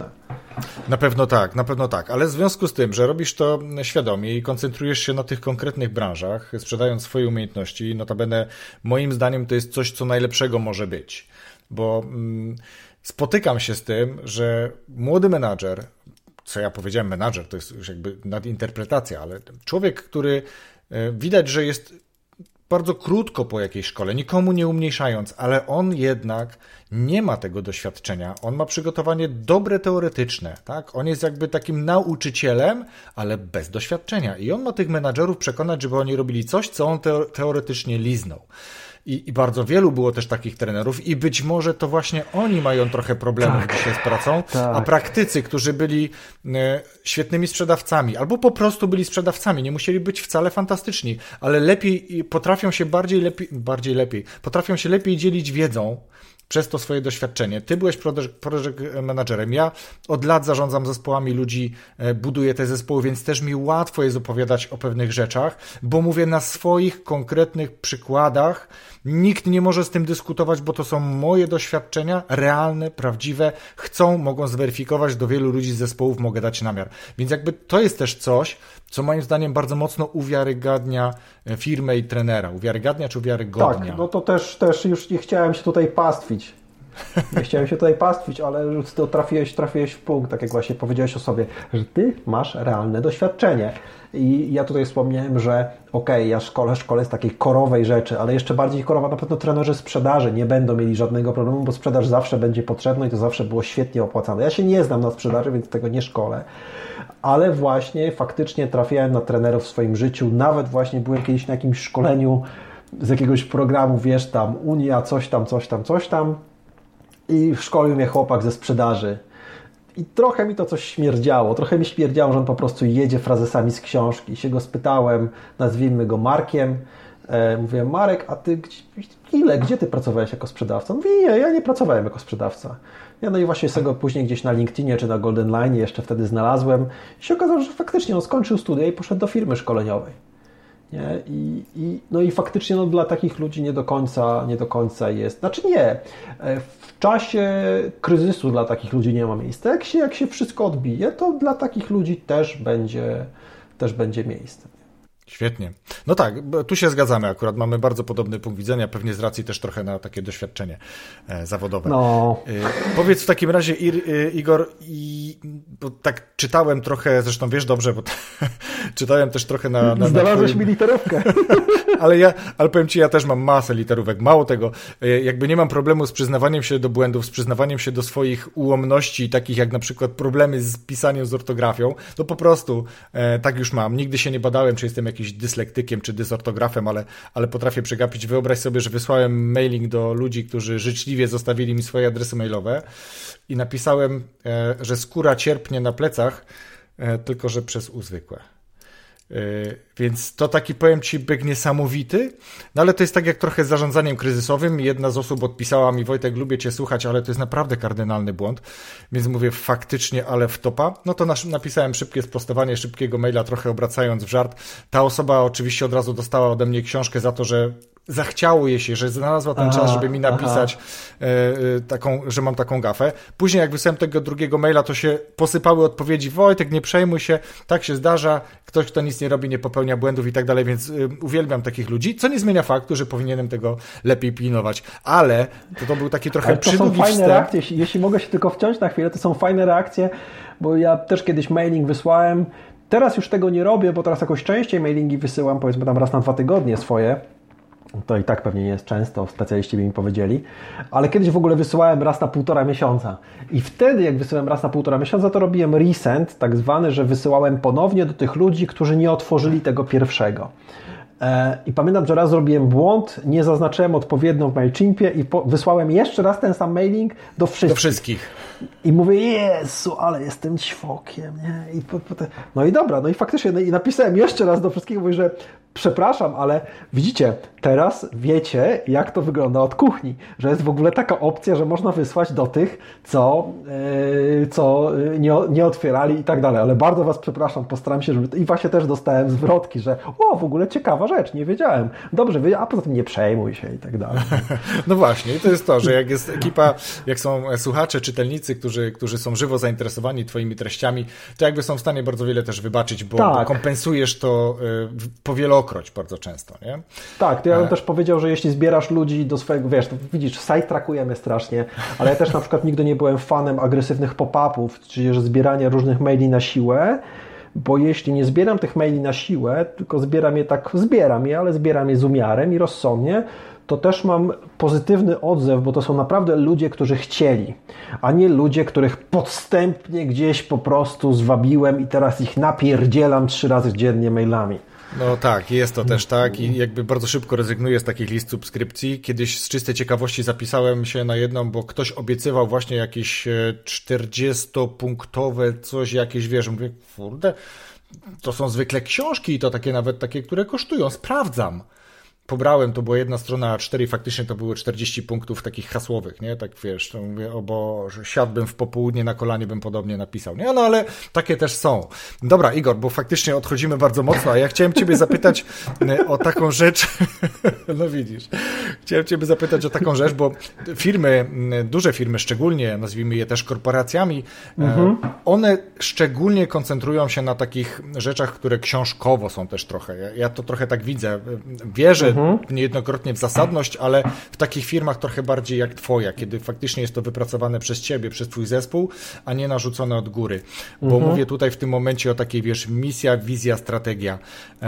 Na pewno tak, na pewno tak, ale w związku z tym, że robisz to świadomie i koncentrujesz się na tych konkretnych branżach, sprzedając swoje umiejętności, notabene moim zdaniem to jest coś, co najlepszego może być, bo mm, spotykam się z tym, że młody menadżer, co ja powiedziałem menadżer, to jest już jakby nadinterpretacja, ale człowiek, który widać, że jest bardzo krótko po jakiejś szkole, nikomu nie umniejszając, ale on jednak nie ma tego doświadczenia. On ma przygotowanie dobre teoretyczne, tak? On jest jakby takim nauczycielem, ale bez doświadczenia. I on ma tych menadżerów przekonać, żeby oni robili coś, co on teo- teoretycznie liznął. I, I bardzo wielu było też takich trenerów i być może to właśnie oni mają trochę problemów tak, dzisiaj z pracą, tak. A praktycy, którzy byli e, świetnymi sprzedawcami albo po prostu byli sprzedawcami, nie musieli być wcale fantastyczni, ale lepiej, potrafią się bardziej lepiej, bardziej lepiej, potrafią się lepiej dzielić wiedzą przez to swoje doświadczenie. Ty byłeś project managerem. Ja od lat zarządzam zespołami ludzi, buduję te zespoły, więc też mi łatwo jest opowiadać o pewnych rzeczach, bo mówię na swoich konkretnych przykładach. Nikt nie może z tym dyskutować, bo to są moje doświadczenia, realne, prawdziwe. Chcą, mogą zweryfikować, do wielu ludzi z zespołów mogę dać namiar. Więc jakby to jest też coś, co moim zdaniem bardzo mocno uwiarygadnia firmę i trenera. Uwiarygadnia czy uwiarygodnia? Tak, no to też, też już nie chciałem się tutaj pastwić. Nie chciałem się tutaj pastwić, ale to trafiłeś, trafiłeś w punkt, tak jak właśnie powiedziałeś o sobie, że ty masz realne doświadczenie. I ja tutaj wspomniałem, że okej, okay, ja szkolę, szkolę z takiej korowej rzeczy, ale jeszcze bardziej korowa na pewno trenerzy sprzedaży nie będą mieli żadnego problemu, bo sprzedaż zawsze będzie potrzebna i to zawsze było świetnie opłacane. Ja się nie znam na sprzedaży, więc tego nie szkolę. Ale właśnie faktycznie trafiałem na trenerów w swoim życiu, nawet właśnie byłem kiedyś na jakimś szkoleniu z jakiegoś programu, wiesz, tam Unia, coś tam, coś tam, coś tam i szkolił mnie chłopak ze sprzedaży. I trochę mi to coś śmierdziało. Trochę mi śmierdziało, że on po prostu jedzie frazesami z książki. I się go spytałem, nazwijmy go Markiem. E, mówię, Marek, a ty ile, gdzie ty pracowałeś jako sprzedawca? Mówi, nie, ja nie pracowałem jako sprzedawca. Ja no i właśnie sobie go później gdzieś na LinkedInie czy na Golden Line jeszcze wtedy znalazłem. I się okazało, że faktycznie on skończył studia i poszedł do firmy szkoleniowej. Nie? I, i, no i faktycznie no, dla takich ludzi nie do końca, nie do końca jest. Znaczy nie, w czasie kryzysu dla takich ludzi nie ma miejsca. Jak się, jak się wszystko odbije, to dla takich ludzi też będzie, też będzie miejsce. Świetnie. No tak, tu się zgadzamy akurat, mamy bardzo podobny punkt widzenia, pewnie z racji też trochę na takie doświadczenie e, zawodowe. No. E, powiedz w takim razie, Ir, e, Igor, i, bo tak czytałem trochę, zresztą wiesz dobrze, bo t- czytałem też trochę na... na Znalazłeś na mi literówkę. ale ja, ale powiem Ci, ja też mam masę literówek, mało tego, e, jakby nie mam problemu z przyznawaniem się do błędów, z przyznawaniem się do swoich ułomności, takich jak na przykład problemy z pisaniem, z ortografią, to po prostu e, tak już mam. Nigdy się nie badałem, czy jestem jakiś dyslektykiem czy dysortografem, ale, ale potrafię przegapić. Wyobraź sobie, że wysłałem mailing do ludzi, którzy życzliwie zostawili mi swoje adresy mailowe i napisałem, e, że skóra cierpnie na plecach, e, tylko że przez U zwykłe. Więc to taki, powiem Ci, bieg niesamowity, no ale to jest tak jak trochę z zarządzaniem kryzysowym. Jedna z osób odpisała mi, Wojtek, lubię Cię słuchać, ale to jest naprawdę kardynalny błąd, więc mówię faktycznie, ale w topa. No to napisałem szybkie sprostowanie, szybkiego maila, trochę obracając w żart. Ta osoba oczywiście od razu dostała ode mnie książkę za to, że zachciało jej się, że znalazła ten aha, czas, żeby mi napisać e, taką, że mam taką gafę. Później jak wysłałem tego drugiego maila, to się posypały odpowiedzi, Wojtek, nie przejmuj się, tak się zdarza, ktoś, kto nic nie robi, nie popełnia błędów i tak dalej, więc y, uwielbiam takich ludzi, co nie zmienia faktu, że powinienem tego lepiej pilnować, ale to, to był taki trochę przydługi wstęp. To są fajne wstęp. reakcje, jeśli, jeśli mogę się tylko wciąć na chwilę, to są fajne reakcje, bo ja też kiedyś mailing wysłałem, teraz już tego nie robię, bo teraz jakoś częściej mailingi wysyłam, powiedzmy tam raz na dwa tygodnie swoje. To i tak pewnie nie jest często, specjaliści by mi powiedzieli, ale kiedyś w ogóle wysyłałem raz na półtora miesiąca i wtedy jak wysyłałem raz na półtora miesiąca, to robiłem resend, tak zwany, że wysyłałem ponownie do tych ludzi, którzy nie otworzyli tego pierwszego. I pamiętam, że raz zrobiłem błąd, nie zaznaczyłem odpowiednio w MailChimpie i po, wysłałem jeszcze raz ten sam mailing do wszystkich. Do wszystkich. I mówię, Jezu, ale jestem ćwokiem, nie? I po, po te... No i dobra, no i faktycznie no i napisałem jeszcze raz do wszystkich, mówię, że przepraszam, ale widzicie, teraz wiecie, jak to wygląda od kuchni, że jest w ogóle taka opcja, że można wysłać do tych, co, yy, co nie, nie otwierali i tak dalej, ale bardzo Was przepraszam, postaram się, żeby... I właśnie też dostałem zwrotki, że o, w ogóle ciekawa rzecz, nie wiedziałem. Dobrze, a poza tym nie przejmuj się i tak dalej. No właśnie, i to jest to, że jak jest ekipa, jak są słuchacze, czytelnicy, którzy, którzy są żywo zainteresowani Twoimi treściami, to jakby są w stanie bardzo wiele też wybaczyć, bo, tak. bo kompensujesz to yy, powielokroć bardzo często, nie? Tak, to ja bym też powiedział, że jeśli zbierasz ludzi do swojego, wiesz, to widzisz, sidetrackujemy strasznie, ale ja też na przykład nigdy nie byłem fanem agresywnych pop-upów, czyli że zbierania różnych maili na siłę, bo jeśli nie zbieram tych maili na siłę, tylko zbieram je tak, zbieram je, ale zbieram je z umiarem i rozsądnie, to też mam pozytywny odzew, bo to są naprawdę ludzie, którzy chcieli, a nie ludzie, których podstępnie gdzieś po prostu zwabiłem i teraz ich napierdzielam trzy razy dziennie mailami. No tak, jest to też tak i jakby bardzo szybko rezygnuję z takich list subskrypcji. Kiedyś z czystej ciekawości zapisałem się na jedną, bo ktoś obiecywał właśnie jakieś czterdziestopunktowe coś, jakieś, wiesz, mówię, kurde, to są zwykle książki i to takie nawet takie, które kosztują, sprawdzam. Pobrałem, to była jedna strona A cztery i faktycznie to były czterdzieści punktów takich hasłowych, nie? Tak wiesz, to mówię, o Boże, siadłbym w popołudnie na kolanie, bym podobnie napisał, nie? No ale takie też są. Dobra, Igor, bo faktycznie odchodzimy bardzo mocno, a ja chciałem Ciebie zapytać o taką rzecz, no widzisz, chciałem Ciebie zapytać o taką rzecz, bo firmy, duże firmy szczególnie, nazwijmy je też korporacjami, mhm. one szczególnie koncentrują się na takich rzeczach, które książkowo są też trochę. Ja, ja to trochę tak widzę. Wierzę, mhm. niejednokrotnie w zasadność, ale w takich firmach trochę bardziej jak Twoja, kiedy faktycznie jest to wypracowane przez Ciebie, przez Twój zespół, a nie narzucone od góry. Bo mhm. mówię tutaj w tym momencie o takiej, wiesz, misja, wizja, strategia.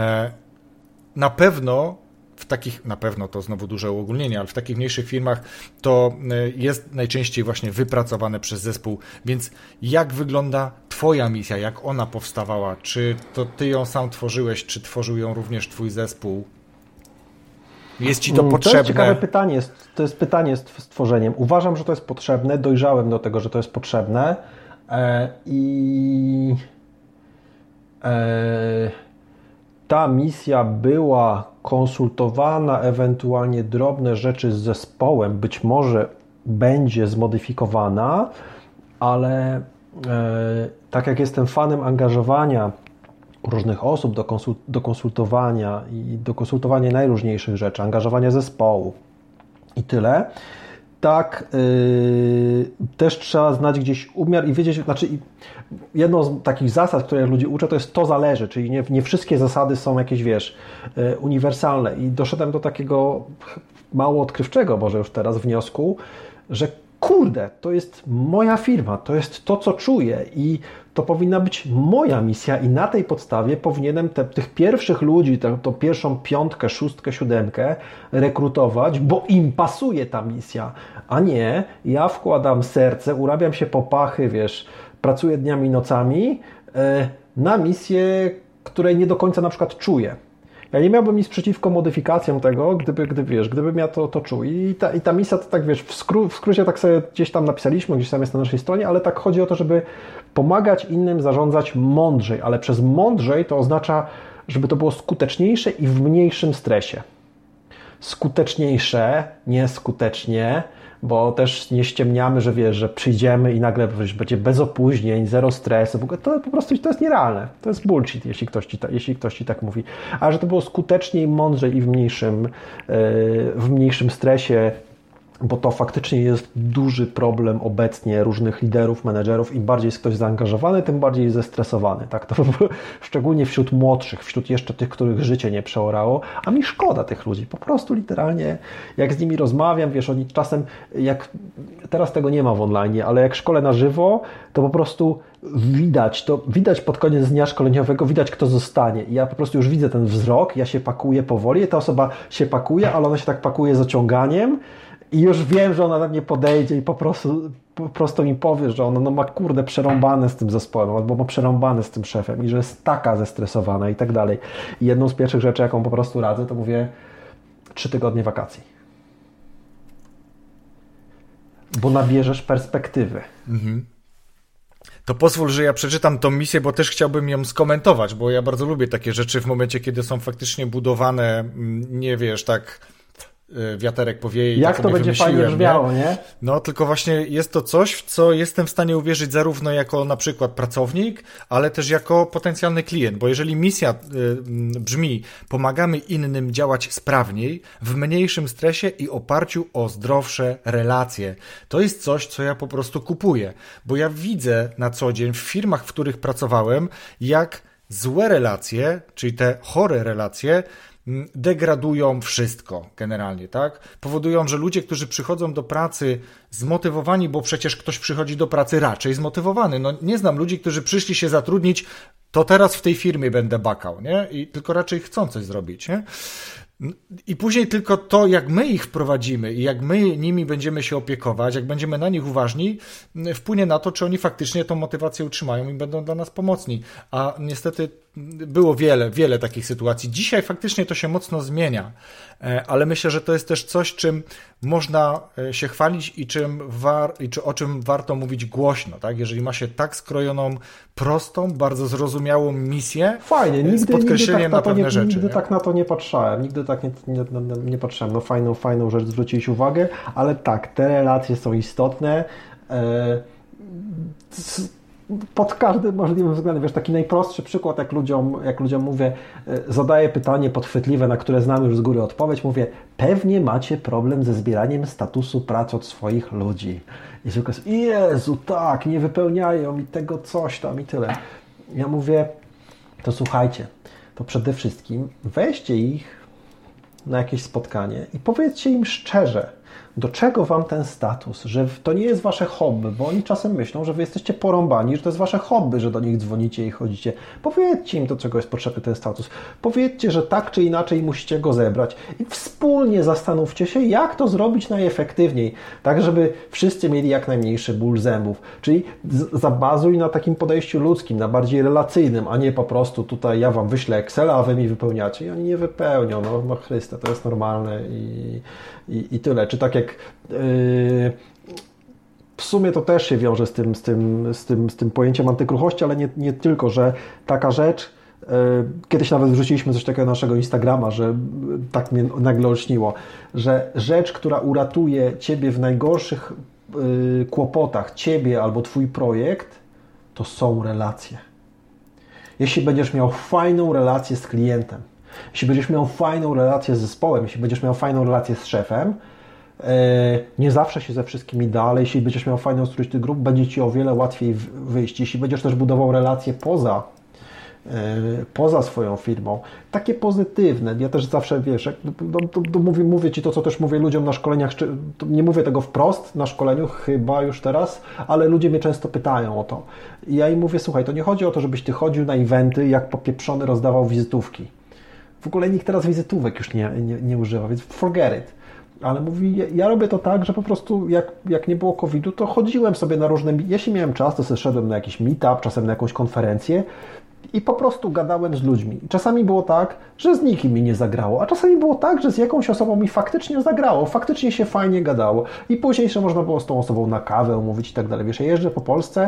Na pewno w takich, na pewno to znowu duże uogólnienie, ale w takich mniejszych firmach to jest najczęściej właśnie wypracowane przez zespół, więc jak wygląda Twoja misja, jak ona powstawała? Czy to Ty ją sam tworzyłeś, czy tworzył ją również Twój zespół? Jest Ci to potrzebne? To jest ciekawe pytanie, to jest pytanie z tworzeniem. Uważam, że to jest potrzebne, dojrzałem do tego, że to jest potrzebne. E, I e, ta misja była konsultowana, ewentualnie drobne rzeczy z zespołem, być może będzie zmodyfikowana, ale e, tak jak jestem fanem angażowania różnych osób do, konsult, do konsultowania i do konsultowania najróżniejszych rzeczy, angażowania zespołu i tyle, tak yy, też trzeba znać gdzieś umiar i wiedzieć, znaczy jedną z takich zasad, które ludzi uczę, to jest to zależy, czyli nie, nie wszystkie zasady są jakieś, wiesz, yy, uniwersalne i doszedłem do takiego mało odkrywczego może już teraz wniosku, że kurde, to jest moja firma, to jest to, co czuję i to powinna być moja misja i na tej podstawie powinienem te, tych pierwszych ludzi, tę tą pierwszą piątkę, szóstkę, siódemkę rekrutować, bo im pasuje ta misja, a nie ja wkładam serce, urabiam się po pachy, wiesz, pracuję dniami i nocami yy, na misję, której nie do końca na przykład czuję. Ja nie miałbym nic przeciwko modyfikacjom tego, gdyby, gdyby wiesz, gdybym ja to, to czuł. I ta, I ta misja to tak, wiesz, w, skró- w skrócie tak sobie gdzieś tam napisaliśmy, gdzieś tam jest na naszej stronie, ale tak chodzi o to, żeby pomagać innym zarządzać mądrzej, ale przez mądrzej to oznacza, żeby to było skuteczniejsze i w mniejszym stresie. Skuteczniejsze, nie skutecznie, bo też nie ściemniamy, że wiesz, że przyjdziemy i nagle wiesz, będzie bez opóźnień, zero stresu, w ogóle to po prostu to jest nierealne. To jest bullshit, jeśli ktoś ci, ta, jeśli ktoś ci tak mówi. A że to było skuteczniej, mądrzej i w mniejszym, yy, w mniejszym stresie, bo to faktycznie jest duży problem obecnie różnych liderów, menedżerów. Im bardziej jest ktoś zaangażowany, tym bardziej jest zestresowany. Tak? To szczególnie wśród młodszych, wśród jeszcze tych, których życie nie przeorało, a mi szkoda tych ludzi. Po prostu literalnie, jak z nimi rozmawiam, wiesz, oni czasem, jak teraz tego nie ma w online, ale jak szkolę na żywo, to po prostu widać, to widać pod koniec dnia szkoleniowego, widać kto zostanie. I ja po prostu już widzę ten wzrok, ja się pakuję powoli, ta osoba się pakuje, ale ona się tak pakuje z ociąganiem, i już wiem, że ona na mnie podejdzie i po prostu, po prostu mi powie, że ona no ma kurde przerąbane z tym zespołem, albo ma przerąbane z tym szefem i że jest taka zestresowana i tak dalej. I jedną z pierwszych rzeczy, jaką po prostu radzę, to mówię trzy tygodnie wakacji. Bo nabierzesz perspektywy. Mhm. To pozwól, że ja przeczytam tą misję, bo też chciałbym ją skomentować, bo ja bardzo lubię takie rzeczy w momencie, kiedy są faktycznie budowane, nie wiesz, tak... wiaterek powieje i jak tak to będzie fajnie brzmiało, nie? nie? No, tylko właśnie jest to coś, w co jestem w stanie uwierzyć zarówno jako na przykład pracownik, ale też jako potencjalny klient, bo jeżeli misja y, brzmi, pomagamy innym działać sprawniej, w mniejszym stresie i oparciu o zdrowsze relacje, to jest coś, co ja po prostu kupuję, bo ja widzę na co dzień w firmach, w których pracowałem, jak złe relacje, czyli te chore relacje, degradują wszystko generalnie, tak? Powodują, że ludzie, którzy przychodzą do pracy zmotywowani, bo przecież ktoś przychodzi do pracy raczej zmotywowany. No nie znam ludzi, którzy przyszli się zatrudnić, to teraz w tej firmie będę bakał, nie? I tylko raczej chcą coś zrobić, nie? I później tylko to, jak my ich wprowadzimy i jak my nimi będziemy się opiekować, jak będziemy na nich uważni, wpłynie na to, czy oni faktycznie tą motywację utrzymają i będą dla nas pomocni. A niestety było wiele, wiele takich sytuacji. Dzisiaj faktycznie to się mocno zmienia, ale myślę, że to jest też coś, czym można się chwalić i, czym war, i czy, o czym warto mówić głośno, tak? Jeżeli ma się tak skrojoną, prostą, bardzo zrozumiałą misję, fajnie, nigdy, z podkreśleniem nigdy tak na, na pewne nie, rzeczy. Nigdy nie? tak na to nie patrzałem, nigdy tak nie, nie, nie, nie patrzyłem. No fajną, fajną rzecz zwróciłeś uwagę, ale tak, te relacje są istotne. E, pod każdym możliwym względem. Wiesz, taki najprostszy przykład, jak ludziom, jak ludziom mówię, zadaję pytanie podchwytliwe, na które znam już z góry odpowiedź, mówię, pewnie macie problem ze zbieraniem statusu pracy od swoich ludzi. I zwykle jest, Jezu, tak, nie wypełniają mi tego coś tam i tyle. Ja mówię, to słuchajcie, to przede wszystkim weźcie ich na jakieś spotkanie i powiedzcie im szczerze, do czego wam ten status, że to nie jest wasze hobby, bo oni czasem myślą, że wy jesteście porąbani, że to jest wasze hobby, że do nich dzwonicie i chodzicie. Powiedzcie im, do czego jest potrzebny ten status. Powiedzcie, że tak czy inaczej musicie go zebrać i wspólnie zastanówcie się, jak to zrobić najefektywniej, tak żeby wszyscy mieli jak najmniejszy ból zębów. Czyli zabazuj na takim podejściu ludzkim, na bardziej relacyjnym, a nie po prostu tutaj ja wam wyślę Excela, a wy mi wypełniacie. I oni nie wypełnią, no, no Chryste, to jest normalne i, i, i tyle. Czy tak jak Yy, w sumie to też się wiąże z tym, z tym, z tym, z tym pojęciem antykruchości, ale nie, nie tylko, że taka rzecz, kiedyś nawet wrzuciliśmy coś takiego na naszego Instagrama, że tak mnie nagle olśniło, że rzecz, która uratuje Ciebie w najgorszych kłopotach, Ciebie albo Twój projekt, to są relacje. Jeśli będziesz miał fajną relację z klientem, jeśli będziesz miał fajną relację z zespołem, jeśli będziesz miał fajną relację z szefem, nie zawsze się ze wszystkimi da, ale jeśli będziesz miał fajną strój tych grup, będzie Ci o wiele łatwiej wyjść. Jeśli będziesz też budował relacje poza poza swoją firmą, takie pozytywne. Ja też zawsze, wiesz, jak, to, to, to mówię, mówię Ci to, co też mówię ludziom na szkoleniach, nie mówię tego wprost na szkoleniu, chyba już teraz, ale ludzie mnie często pytają o to. I ja im mówię, słuchaj, to nie chodzi o to, żebyś Ty chodził na eventy, jak popieprzony rozdawał wizytówki. W ogóle nikt teraz wizytówek już nie, nie, nie używa, więc forget it. Ale mówi, ja, ja robię to tak, że po prostu jak, jak nie było kowidu, to chodziłem sobie na różne, jeśli miałem czas, to sobie szedłem na jakiś meetup, czasem na jakąś konferencję, i po prostu gadałem z ludźmi. Czasami było tak, że z nikim mi nie zagrało, a czasami było tak, że z jakąś osobą mi faktycznie zagrało, faktycznie się fajnie gadało i później jeszcze można było z tą osobą na kawę umówić i tak dalej. Wiesz, ja jeżdżę po Polsce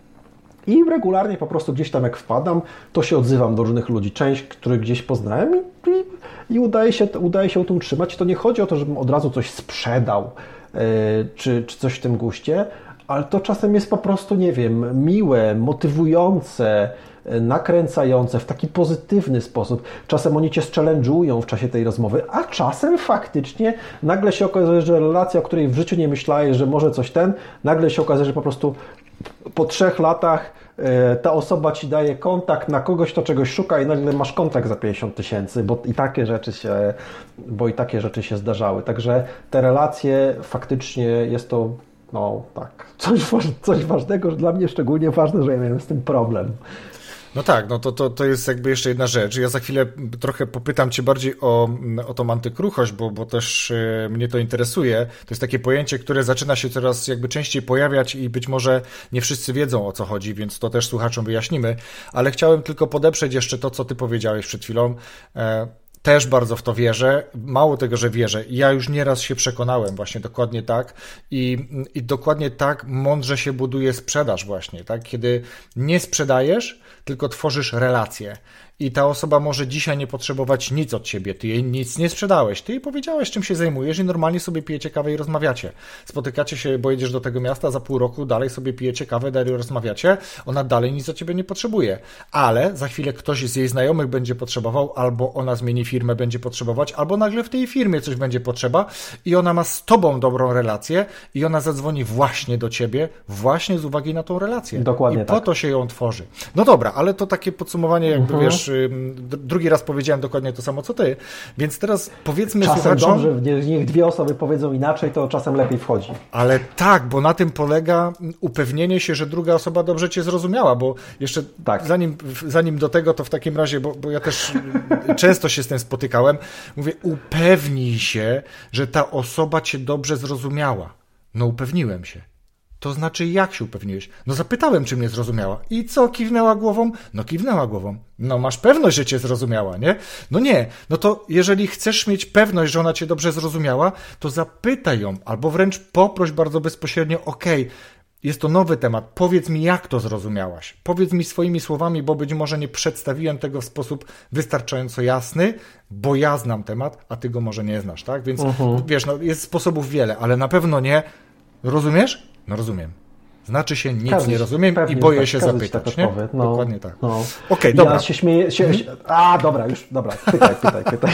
i regularnie po prostu gdzieś tam jak wpadam, to się odzywam do różnych ludzi. Część, których gdzieś poznałem i, i, i udaje się, udaje się o to utrzymać. To nie chodzi o to, żebym od razu coś sprzedał yy, czy, czy coś w tym guście, ale to czasem jest po prostu, nie wiem, miłe, motywujące, nakręcające w taki pozytywny sposób. Czasem oni Cię challenge'ują w czasie tej rozmowy, a czasem faktycznie nagle się okazuje, że relacja, o której w życiu nie myślałeś, że może coś ten, nagle się okazuje, że po prostu po trzech latach ta osoba Ci daje kontakt na kogoś, kto czegoś szuka i nagle masz kontrakt za pięćdziesiąt tysięcy, bo i takie rzeczy się, bo i takie rzeczy się zdarzały. Także te relacje faktycznie jest to, no tak, coś, coś ważnego, że dla mnie szczególnie ważne, że ja miałem z tym problem. No tak, no to, to, to jest jakby jeszcze jedna rzecz. Ja za chwilę trochę popytam Cię bardziej o, o tą antykruchość, bo, bo też y, mnie to interesuje. To jest takie pojęcie, które zaczyna się coraz jakby częściej pojawiać i być może nie wszyscy wiedzą, o co chodzi, więc to też słuchaczom wyjaśnimy. Ale chciałem tylko podeprzeć jeszcze to, co Ty powiedziałeś przed chwilą. E, Też bardzo w to wierzę. Mało tego, że wierzę. Ja już nieraz się przekonałem właśnie dokładnie tak i, i dokładnie tak mądrze się buduje sprzedaż właśnie, tak? Kiedy nie sprzedajesz, tylko tworzysz relacje. I ta osoba może dzisiaj nie potrzebować nic od Ciebie. Ty jej nic nie sprzedałeś. Ty jej powiedziałeś, czym się zajmujesz i normalnie sobie pijecie kawę i rozmawiacie. Spotykacie się, bo jedziesz do tego miasta, za pół roku dalej sobie pijecie kawę, dalej rozmawiacie. Ona dalej nic od Ciebie nie potrzebuje. Ale za chwilę ktoś z jej znajomych będzie potrzebował, albo ona zmieni firmę, będzie potrzebować, albo nagle w tej firmie coś będzie potrzeba i ona ma z Tobą dobrą relację i ona zadzwoni właśnie do Ciebie, właśnie z uwagi na tą relację. Dokładnie I tak. po to się ją tworzy. No dobra, ale to takie podsumowanie, jakby mhm. wiesz, drugi raz powiedziałem dokładnie to samo, co Ty, więc teraz powiedzmy czasem słuchaczom... dobrze, niech dwie osoby powiedzą inaczej, to czasem lepiej wchodzi. Ale tak, bo na tym polega upewnienie się, że druga osoba dobrze Cię zrozumiała, bo jeszcze tak. zanim, zanim do tego, to w takim razie, bo, bo ja też często się z tym spotykałem, mówię, upewnij się, że ta osoba Cię dobrze zrozumiała. No upewniłem się. To znaczy, jak się upewniłeś? No zapytałem, czy mnie zrozumiała. I co, kiwnęła głową? No kiwnęła głową. No masz pewność, że Cię zrozumiała, nie? No nie. No to jeżeli chcesz mieć pewność, że ona Cię dobrze zrozumiała, to zapytaj ją, albo wręcz poproś bardzo bezpośrednio, okej, okay, jest to nowy temat, powiedz mi, jak to zrozumiałaś. Powiedz mi swoimi słowami, bo być może nie przedstawiłem tego w sposób wystarczająco jasny, bo ja znam temat, a Ty go może nie znasz, tak? Więc uh-huh. wiesz, no jest sposobów wiele, ale na pewno nie. Rozumiesz? No rozumiem. Znaczy się nic każdy, nie rozumiem i boję tak, się zapytać, tak nie? No, dokładnie tak. No. Okej, okay, dobra. Ja się śmieję... Się, hmm? A, dobra, już, dobra. Pytaj, pytaj, pytaj.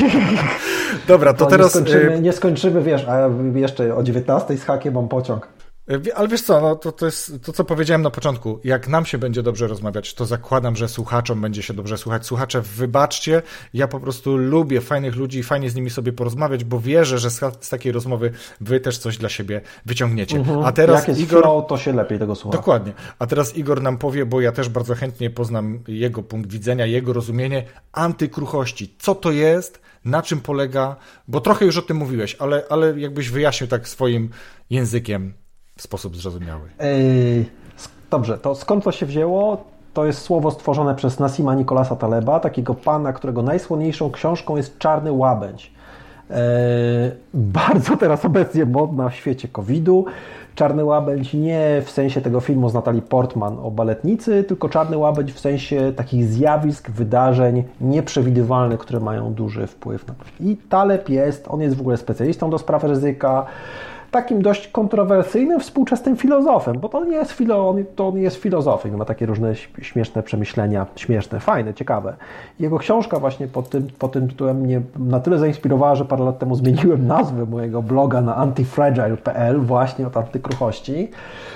Dobra, to, to teraz... Nie skończymy, nie skończymy, wiesz, a jeszcze o dziewiętnastej z hakiem mam pociąg. Ale wiesz co, no to, to jest to, co powiedziałem na początku. Jak nam się będzie dobrze rozmawiać, to zakładam, że słuchaczom będzie się dobrze słuchać. Słuchacze, wybaczcie, ja po prostu lubię fajnych ludzi i fajnie z nimi sobie porozmawiać, bo wierzę, że z, z takiej rozmowy wy też coś dla siebie wyciągniecie. Mhm. A teraz Jak jest Igor... flow, to się lepiej tego słucha. Dokładnie. A teraz Igor nam powie, bo ja też bardzo chętnie poznam jego punkt widzenia, jego rozumienie antykruchości. Co to jest? Na czym polega? Bo trochę już o tym mówiłeś, ale, ale jakbyś wyjaśnił tak swoim językiem w sposób zrozumiały. Yy, dobrze, to skąd to się wzięło? To jest słowo stworzone przez Nassima Nicolasa Taleba, takiego pana, którego najsłynniejszą książką jest Czarny Łabędź. Bardzo teraz obecnie modna w świecie kowida. Czarny łabędź nie w sensie tego filmu z Natalie Portman o baletnicy, tylko czarny łabędź w sensie takich zjawisk, wydarzeń nieprzewidywalnych, które mają duży wpływ na to. I Taleb jest, on jest w ogóle specjalistą do spraw ryzyka, takim dość kontrowersyjnym współczesnym filozofem, bo to nie jest, filo, on, to on jest filozofem, ma takie różne śmieszne przemyślenia, śmieszne, fajne, ciekawe. Jego książka właśnie pod tym, pod tym tytułem mnie na tyle zainspirowała, że parę lat temu zmieniłem nazwę mojego bloga na antifragile kropka p l właśnie od antykruchości.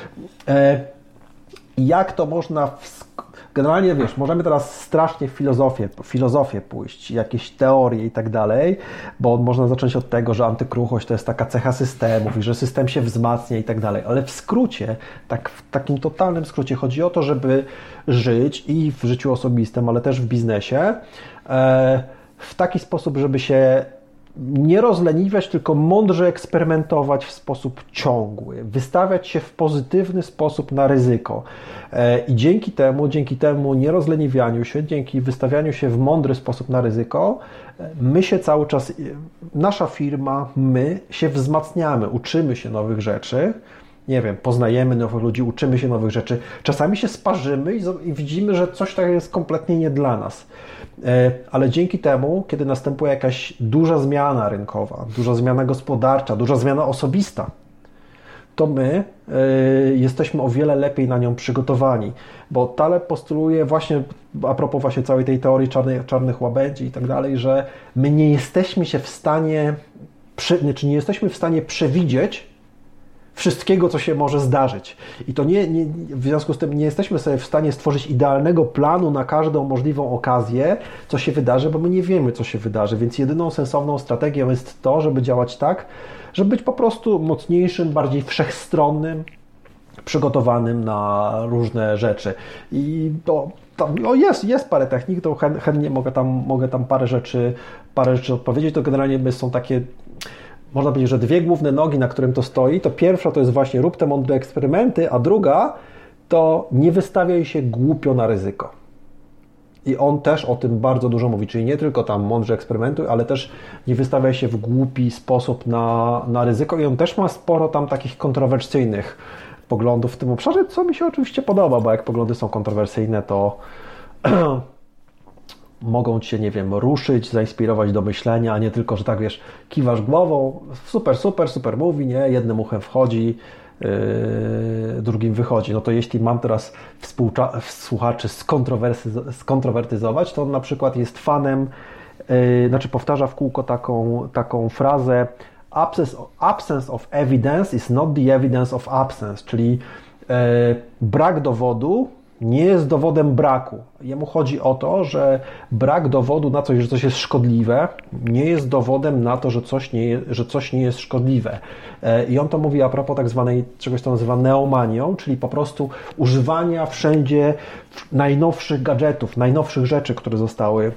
E, jak to można w Generalnie, wiesz, możemy teraz strasznie w filozofię, filozofię pójść, jakieś teorie i tak dalej, bo można zacząć od tego, że antykruchość to jest taka cecha systemów i że system się wzmacnia i tak dalej, ale w skrócie, tak w takim totalnym skrócie chodzi o to, żeby żyć i w życiu osobistym, ale też w biznesie e, w taki sposób, żeby się nie rozleniwiać, tylko mądrze eksperymentować w sposób ciągły, wystawiać się w pozytywny sposób na ryzyko. I dzięki temu, dzięki temu nierozleniwianiu się, dzięki wystawianiu się w mądry sposób na ryzyko, my się cały czas, nasza firma, my się wzmacniamy, uczymy się nowych rzeczy, nie wiem, poznajemy nowych ludzi, uczymy się nowych rzeczy, czasami się sparzymy i, i widzimy, że coś tak jest kompletnie nie dla nas. Ale dzięki temu, kiedy następuje jakaś duża zmiana rynkowa, duża zmiana gospodarcza, duża zmiana osobista, to my y, jesteśmy o wiele lepiej na nią przygotowani, bo Taleb postuluje właśnie, a propos właśnie całej tej teorii czarnych, czarnych łabędzi i tak dalej, że my nie jesteśmy się w stanie, przy, czy nie jesteśmy w stanie przewidzieć wszystkiego, co się może zdarzyć. I to nie, nie, w związku z tym nie jesteśmy sobie w stanie stworzyć idealnego planu na każdą możliwą okazję, co się wydarzy, bo my nie wiemy, co się wydarzy, więc jedyną sensowną strategią jest to, żeby działać tak, żeby być po prostu mocniejszym, bardziej wszechstronnym, przygotowanym na różne rzeczy. I to tam, no jest, jest parę technik, to chętnie mogę tam, mogę tam parę rzeczy, parę rzeczy odpowiedzieć. To generalnie są takie, można powiedzieć, że dwie główne nogi, na którym to stoi. To pierwsza to jest właśnie rób te mądre eksperymenty, a druga to nie wystawiaj się głupio na ryzyko. I on też o tym bardzo dużo mówi, czyli nie tylko tam mądrze eksperymentuj, ale też nie wystawiaj się w głupi sposób na, na ryzyko. I on też ma sporo tam takich kontrowersyjnych poglądów w tym obszarze, co mi się oczywiście podoba, bo jak poglądy są kontrowersyjne, to mogą Cię, nie wiem, ruszyć, zainspirować do myślenia, a nie tylko, że tak, wiesz, kiwasz głową, super, super, super mówi, nie, jednym uchem wchodzi, yy, drugim wychodzi. No to jeśli mam teraz współcza- słuchaczy skontrowersy- skontrowertyzować, to on na przykład jest fanem, yy, znaczy powtarza w kółko taką, taką frazę absence, absence of evidence is not the evidence of absence, czyli yy, brak dowodu nie jest dowodem braku. Jemu chodzi o to, że brak dowodu na coś, że coś jest szkodliwe, nie jest dowodem na to, że coś nie jest, że coś nie jest szkodliwe. I on to mówi a propos tak zwanej, czegoś co nazywa neomanią, czyli po prostu używania wszędzie najnowszych gadżetów, najnowszych rzeczy, które zostały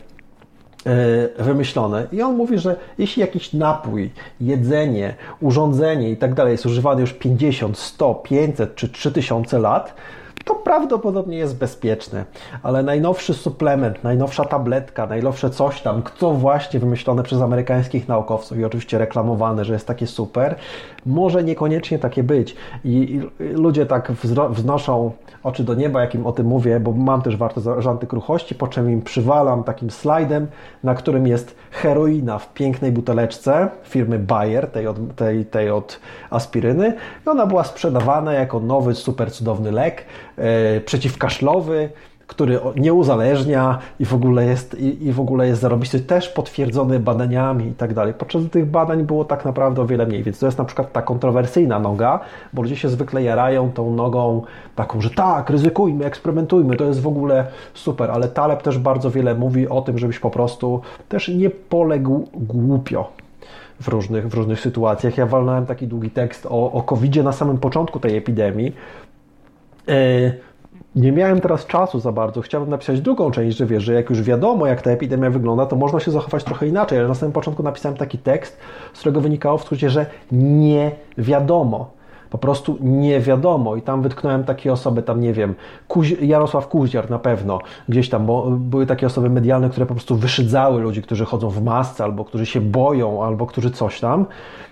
wymyślone. I on mówi, że jeśli jakiś napój, jedzenie, urządzenie i tak dalej jest używane już pięćdziesiąt, sto, pięćset czy trzy tysiące lat, to prawdopodobnie jest bezpieczne, ale najnowszy suplement, najnowsza tabletka, najnowsze coś tam, co właśnie wymyślone przez amerykańskich naukowców i oczywiście reklamowane, że jest takie super, może niekoniecznie takie być. I, i ludzie tak wzro- wznoszą oczy do nieba, jak im o tym mówię, bo mam też wartość antykruchości, po czym im przywalam takim slajdem, na którym jest heroina w pięknej buteleczce firmy Bayer, tej od, tej, tej od aspiryny. I ona była sprzedawana jako nowy, super cudowny lek yy, przeciwkaszlowy, który nie uzależnia i w ogóle jest, i, i w ogóle jest zarobisty, też potwierdzony badaniami i tak dalej. Podczas tych badań było tak naprawdę o wiele mniej, więc to jest na przykład ta kontrowersyjna noga, bo ludzie się zwykle jarają tą nogą taką, że tak, ryzykujmy, eksperymentujmy, to jest w ogóle super, ale Taleb też bardzo wiele mówi o tym, żebyś po prostu też nie poległ głupio w różnych, w różnych sytuacjach. Ja walnąłem taki długi tekst o, o kowidzie na samym początku tej epidemii. Yy, Nie miałem teraz czasu za bardzo. Chciałbym napisać drugą część, że wiesz, że jak już wiadomo, jak ta epidemia wygląda, to można się zachować trochę inaczej, ale na samym początku napisałem taki tekst, z którego wynikało w skrócie, że nie wiadomo. Po prostu nie wiadomo i tam wytknąłem takie osoby, tam nie wiem, Kuzi- Jarosław Kuźniar na pewno, gdzieś tam, bo były takie osoby medialne, które po prostu wyszydzały ludzi, którzy chodzą w masce, albo którzy się boją, albo którzy coś tam.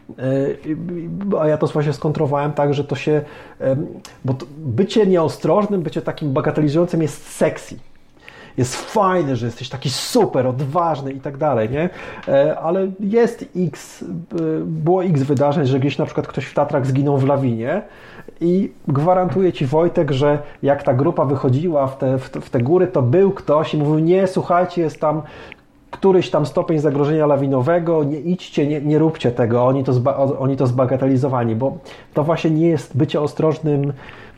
A ja to właśnie skontrowałem tak, że to się, bo to bycie nieostrożnym, bycie takim bagatelizującym jest sexy. Jest fajne, że jesteś taki super, odważny i tak dalej, nie? Ale jest X, było X wydarzeń, że gdzieś na przykład ktoś w Tatrach zginął w lawinie i gwarantuję Ci, Wojtek, że jak ta grupa wychodziła w te, w te, w te góry, to był ktoś i mówił, nie, słuchajcie, jest tam któryś tam stopień zagrożenia lawinowego, nie idźcie, nie, nie róbcie tego, oni to, zba, oni to zbagatelizowali, bo to właśnie nie jest bycie ostrożnym,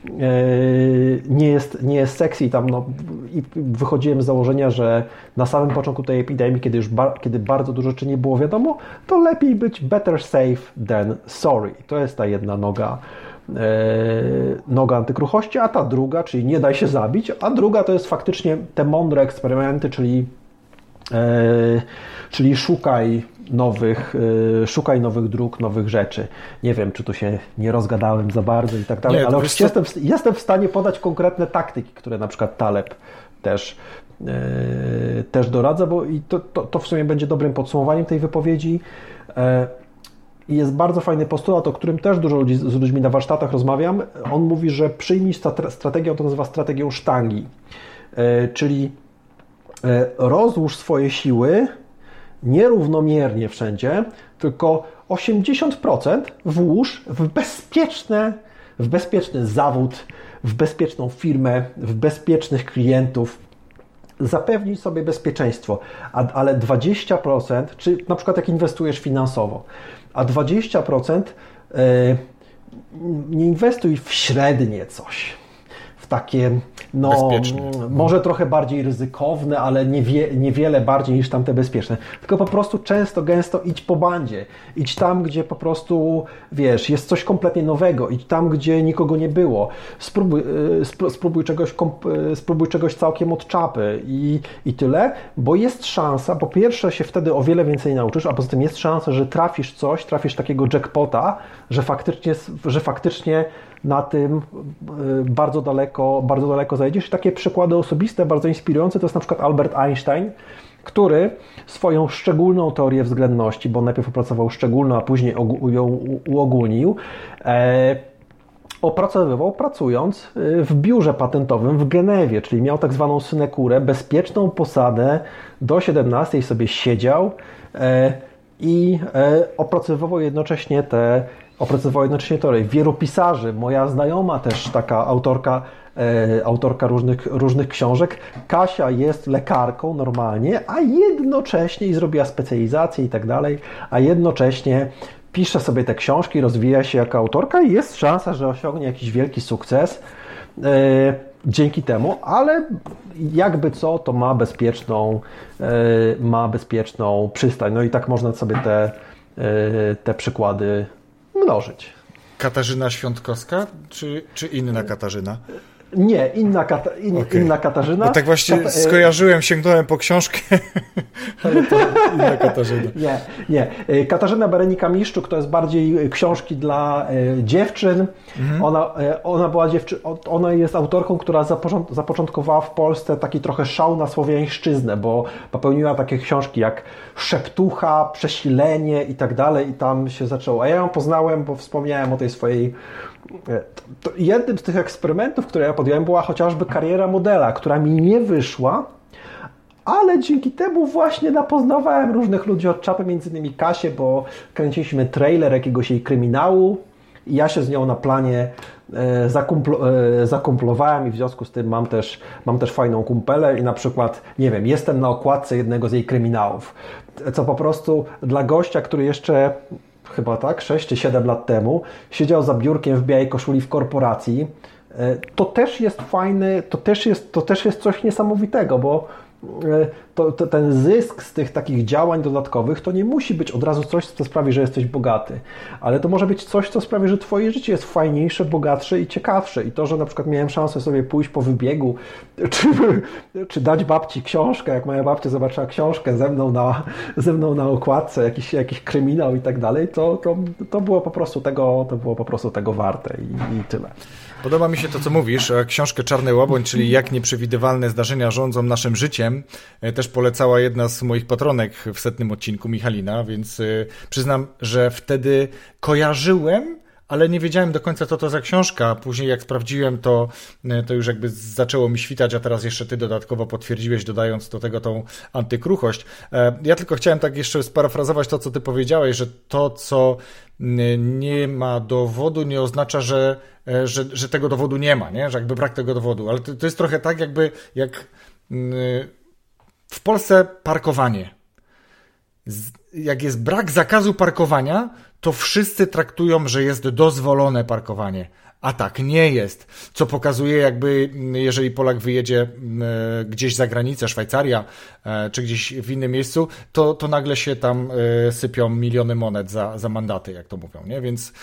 nie jest, nie jest sexy. Tam, no, i wychodziłem z założenia, że na samym początku tej epidemii, kiedy już bar, kiedy bardzo dużo rzeczy nie było wiadomo, to lepiej być better safe than sorry. To jest ta jedna noga, e, noga antykruchości, a ta druga, czyli nie daj się zabić, a druga to jest faktycznie te mądre eksperymenty, czyli e, czyli szukaj nowych, y, szukaj nowych dróg, nowych rzeczy. Nie wiem, czy tu się nie rozgadałem za bardzo i tak dalej, nie, ale oczywiście jestem, w, jestem w stanie podać konkretne taktyki, które na przykład Taleb też, y, też doradza, bo i to, to, to w sumie będzie dobrym podsumowaniem tej wypowiedzi. I jest bardzo fajny postulat, o którym też dużo ludzi, z ludźmi na warsztatach rozmawiam. On mówi, że przyjmij strategię, on to nazywa strategią sztangi, y, czyli y, rozłóż swoje siły nierównomiernie wszędzie, tylko osiemdziesiąt procent włóż w bezpieczne, w bezpieczny zawód, w bezpieczną firmę, w bezpiecznych klientów. Zapewnij sobie bezpieczeństwo, a, ale dwadzieścia procent, czy na przykład jak inwestujesz finansowo, a dwadzieścia procent yy, nie inwestuj w średnie coś. Takie, no, może trochę bardziej ryzykowne, ale niewie, niewiele bardziej niż tamte bezpieczne. Tylko po prostu często, gęsto idź po bandzie. Idź tam, gdzie po prostu, wiesz, jest coś kompletnie nowego. Idź tam, gdzie nikogo nie było. Spróbuj, spróbuj, czegoś, spróbuj czegoś całkiem od czapy i, i tyle, bo jest szansa, po pierwsze się wtedy o wiele więcej nauczysz, a poza tym jest szansa, że trafisz coś, trafisz takiego jackpota, że faktycznie, że faktycznie na tym bardzo daleko, bardzo daleko zajdziesz. I takie przykłady osobiste, bardzo inspirujące, to jest na przykład Albert Einstein, który swoją szczególną teorię względności, bo najpierw opracował szczególną, a później ją uogólnił, e, opracowywał pracując w biurze patentowym w Genewie, czyli miał tak zwaną synekurę, bezpieczną posadę, do siedemnastej sobie siedział e, i e, opracowywał jednocześnie te Opracował jednocześnie teorię. Wielu pisarzy, moja znajoma też taka autorka, e, autorka różnych, różnych książek, Kasia jest lekarką normalnie, a jednocześnie i zrobiła specjalizację i tak dalej, a jednocześnie pisze sobie te książki, rozwija się jako autorka i jest szansa, że osiągnie jakiś wielki sukces e, dzięki temu, ale jakby co, to ma bezpieczną, e, ma bezpieczną przystań. No i tak można sobie te, e, te przykłady mnożyć. Katarzyna Świątkowska, czy, czy inna Katarzyna? Nie, inna, Kata, in, okay. inna Katarzyna. Bo tak właśnie Kata... skojarzyłem, sięgnąłem po książkę, ale to inna Katarzyna. Nie, nie. Katarzyna Berenika-Miszczuk to jest bardziej książki dla dziewczyn. Mhm. Ona, ona, była dziewczy... ona jest autorką, która zapocząt... zapoczątkowała w Polsce taki trochę szał na słowiańszczyznę, bo popełniła takie książki jak Szeptucha, Przesilenie i tak dalej i tam się zaczęło. A ja ją poznałem, bo wspomniałem o tej swojej To jednym z tych eksperymentów, które ja podjąłem, była chociażby kariera modela, która mi nie wyszła, ale dzięki temu właśnie napoznawałem różnych ludzi od czapy, między innymi Kasię, bo kręciliśmy trailer jakiegoś jej kryminału i ja się z nią na planie e, zakumplo, e, zakumplowałem i w związku z tym mam też, mam też fajną kumpelę i na przykład, nie wiem, jestem na okładce jednego z jej kryminałów, co po prostu dla gościa, który jeszcze chyba tak, sześć czy siedem lat temu, siedział za biurkiem w białej koszuli w korporacji. To też jest fajny, to też jest, to też jest coś niesamowitego, bo to, to ten zysk z tych takich działań dodatkowych to nie musi być od razu coś, co sprawi, że jesteś bogaty, ale to może być coś, co sprawi, że twoje życie jest fajniejsze, bogatsze i ciekawsze i to, że na przykład miałem szansę sobie pójść po wybiegu, czy, czy dać babci książkę, jak moja babcia zobaczyła książkę ze mną na, ze mną na okładce, jakiś, jakiś kryminał i tak dalej, to, to, to było po prostu tego, to było po prostu tego warte i, i tyle. Podoba mi się to, co mówisz, książkę Czarny Łoboń, czyli jak nieprzewidywalne zdarzenia rządzą naszym życiem. Też polecała jedna z moich patronek w setnym odcinku, Michalina, więc przyznam, że wtedy kojarzyłem, ale nie wiedziałem do końca, co to za książka. Później jak sprawdziłem, to, to już jakby zaczęło mi świtać, a teraz jeszcze ty dodatkowo potwierdziłeś, dodając do tego tą antykruchość. Ja tylko chciałem tak jeszcze sparafrazować to, co ty powiedziałeś, że to, co nie ma dowodu, nie oznacza, że, że, że tego dowodu nie ma, nie? Że jakby brak tego dowodu. Ale to, to jest trochę tak, jakby jak w Polsce parkowanie. Jak jest brak zakazu parkowania, to wszyscy traktują, że jest dozwolone parkowanie. A tak nie jest. Co pokazuje, jakby jeżeli Polak wyjedzie gdzieś za granicę, Szwajcaria, czy gdzieś w innym miejscu, to, to nagle się tam sypią miliony monet za, za mandaty, jak to mówią, nie? Więc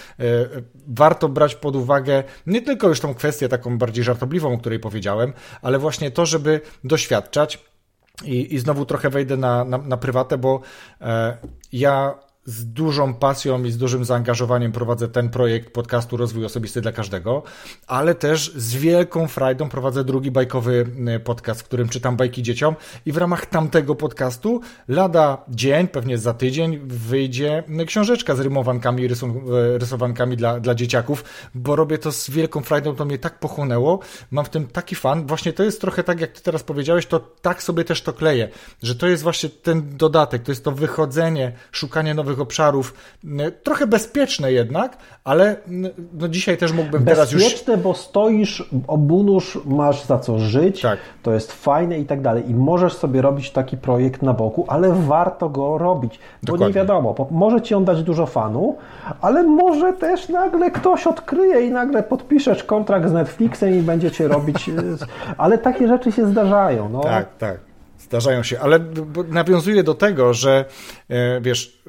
warto brać pod uwagę nie tylko już tą kwestię taką bardziej żartobliwą, o której powiedziałem, ale właśnie to, żeby doświadczać. I, i znowu trochę wejdę na, na, na prywatę, bo e, ja z dużą pasją i z dużym zaangażowaniem prowadzę ten projekt podcastu Rozwój Osobisty dla Każdego, ale też z wielką frajdą prowadzę drugi bajkowy podcast, w którym czytam bajki dzieciom i w ramach tamtego podcastu lada dzień, pewnie za tydzień wyjdzie książeczka z rymowankami i rysowankami dla, dla dzieciaków, bo robię to z wielką frajdą, to mnie tak pochłonęło, mam w tym taki fan, właśnie to jest trochę tak, jak ty teraz powiedziałeś, to tak sobie też to kleję, że to jest właśnie ten dodatek, to jest to wychodzenie, szukanie nowych obszarów, trochę bezpieczne jednak, ale no dzisiaj też mógłbym teraz już... Bezpieczne, bo stoisz, obunóż, masz za co żyć, tak. To jest fajne i tak dalej i możesz sobie robić taki projekt na boku, ale warto go robić, bo Dokładnie. Nie wiadomo, może ci on dać dużo fanu, ale może też nagle ktoś odkryje i nagle podpiszesz kontrakt z Netflixem i będziecie robić, ale takie rzeczy się zdarzają. No. Tak, tak. Zdarzają się, ale nawiązuję do tego, że wiesz,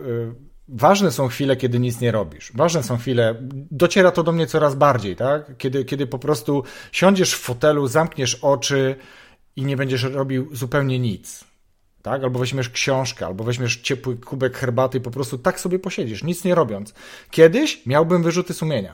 ważne są chwile, kiedy nic nie robisz. Ważne są chwile, dociera to do mnie coraz bardziej, tak? Kiedy, kiedy po prostu siądziesz w fotelu, zamkniesz oczy i nie będziesz robił zupełnie nic. Tak? Albo weźmiesz książkę, albo weźmiesz ciepły kubek herbaty i po prostu tak sobie posiedzisz, nic nie robiąc. Kiedyś miałbym wyrzuty sumienia.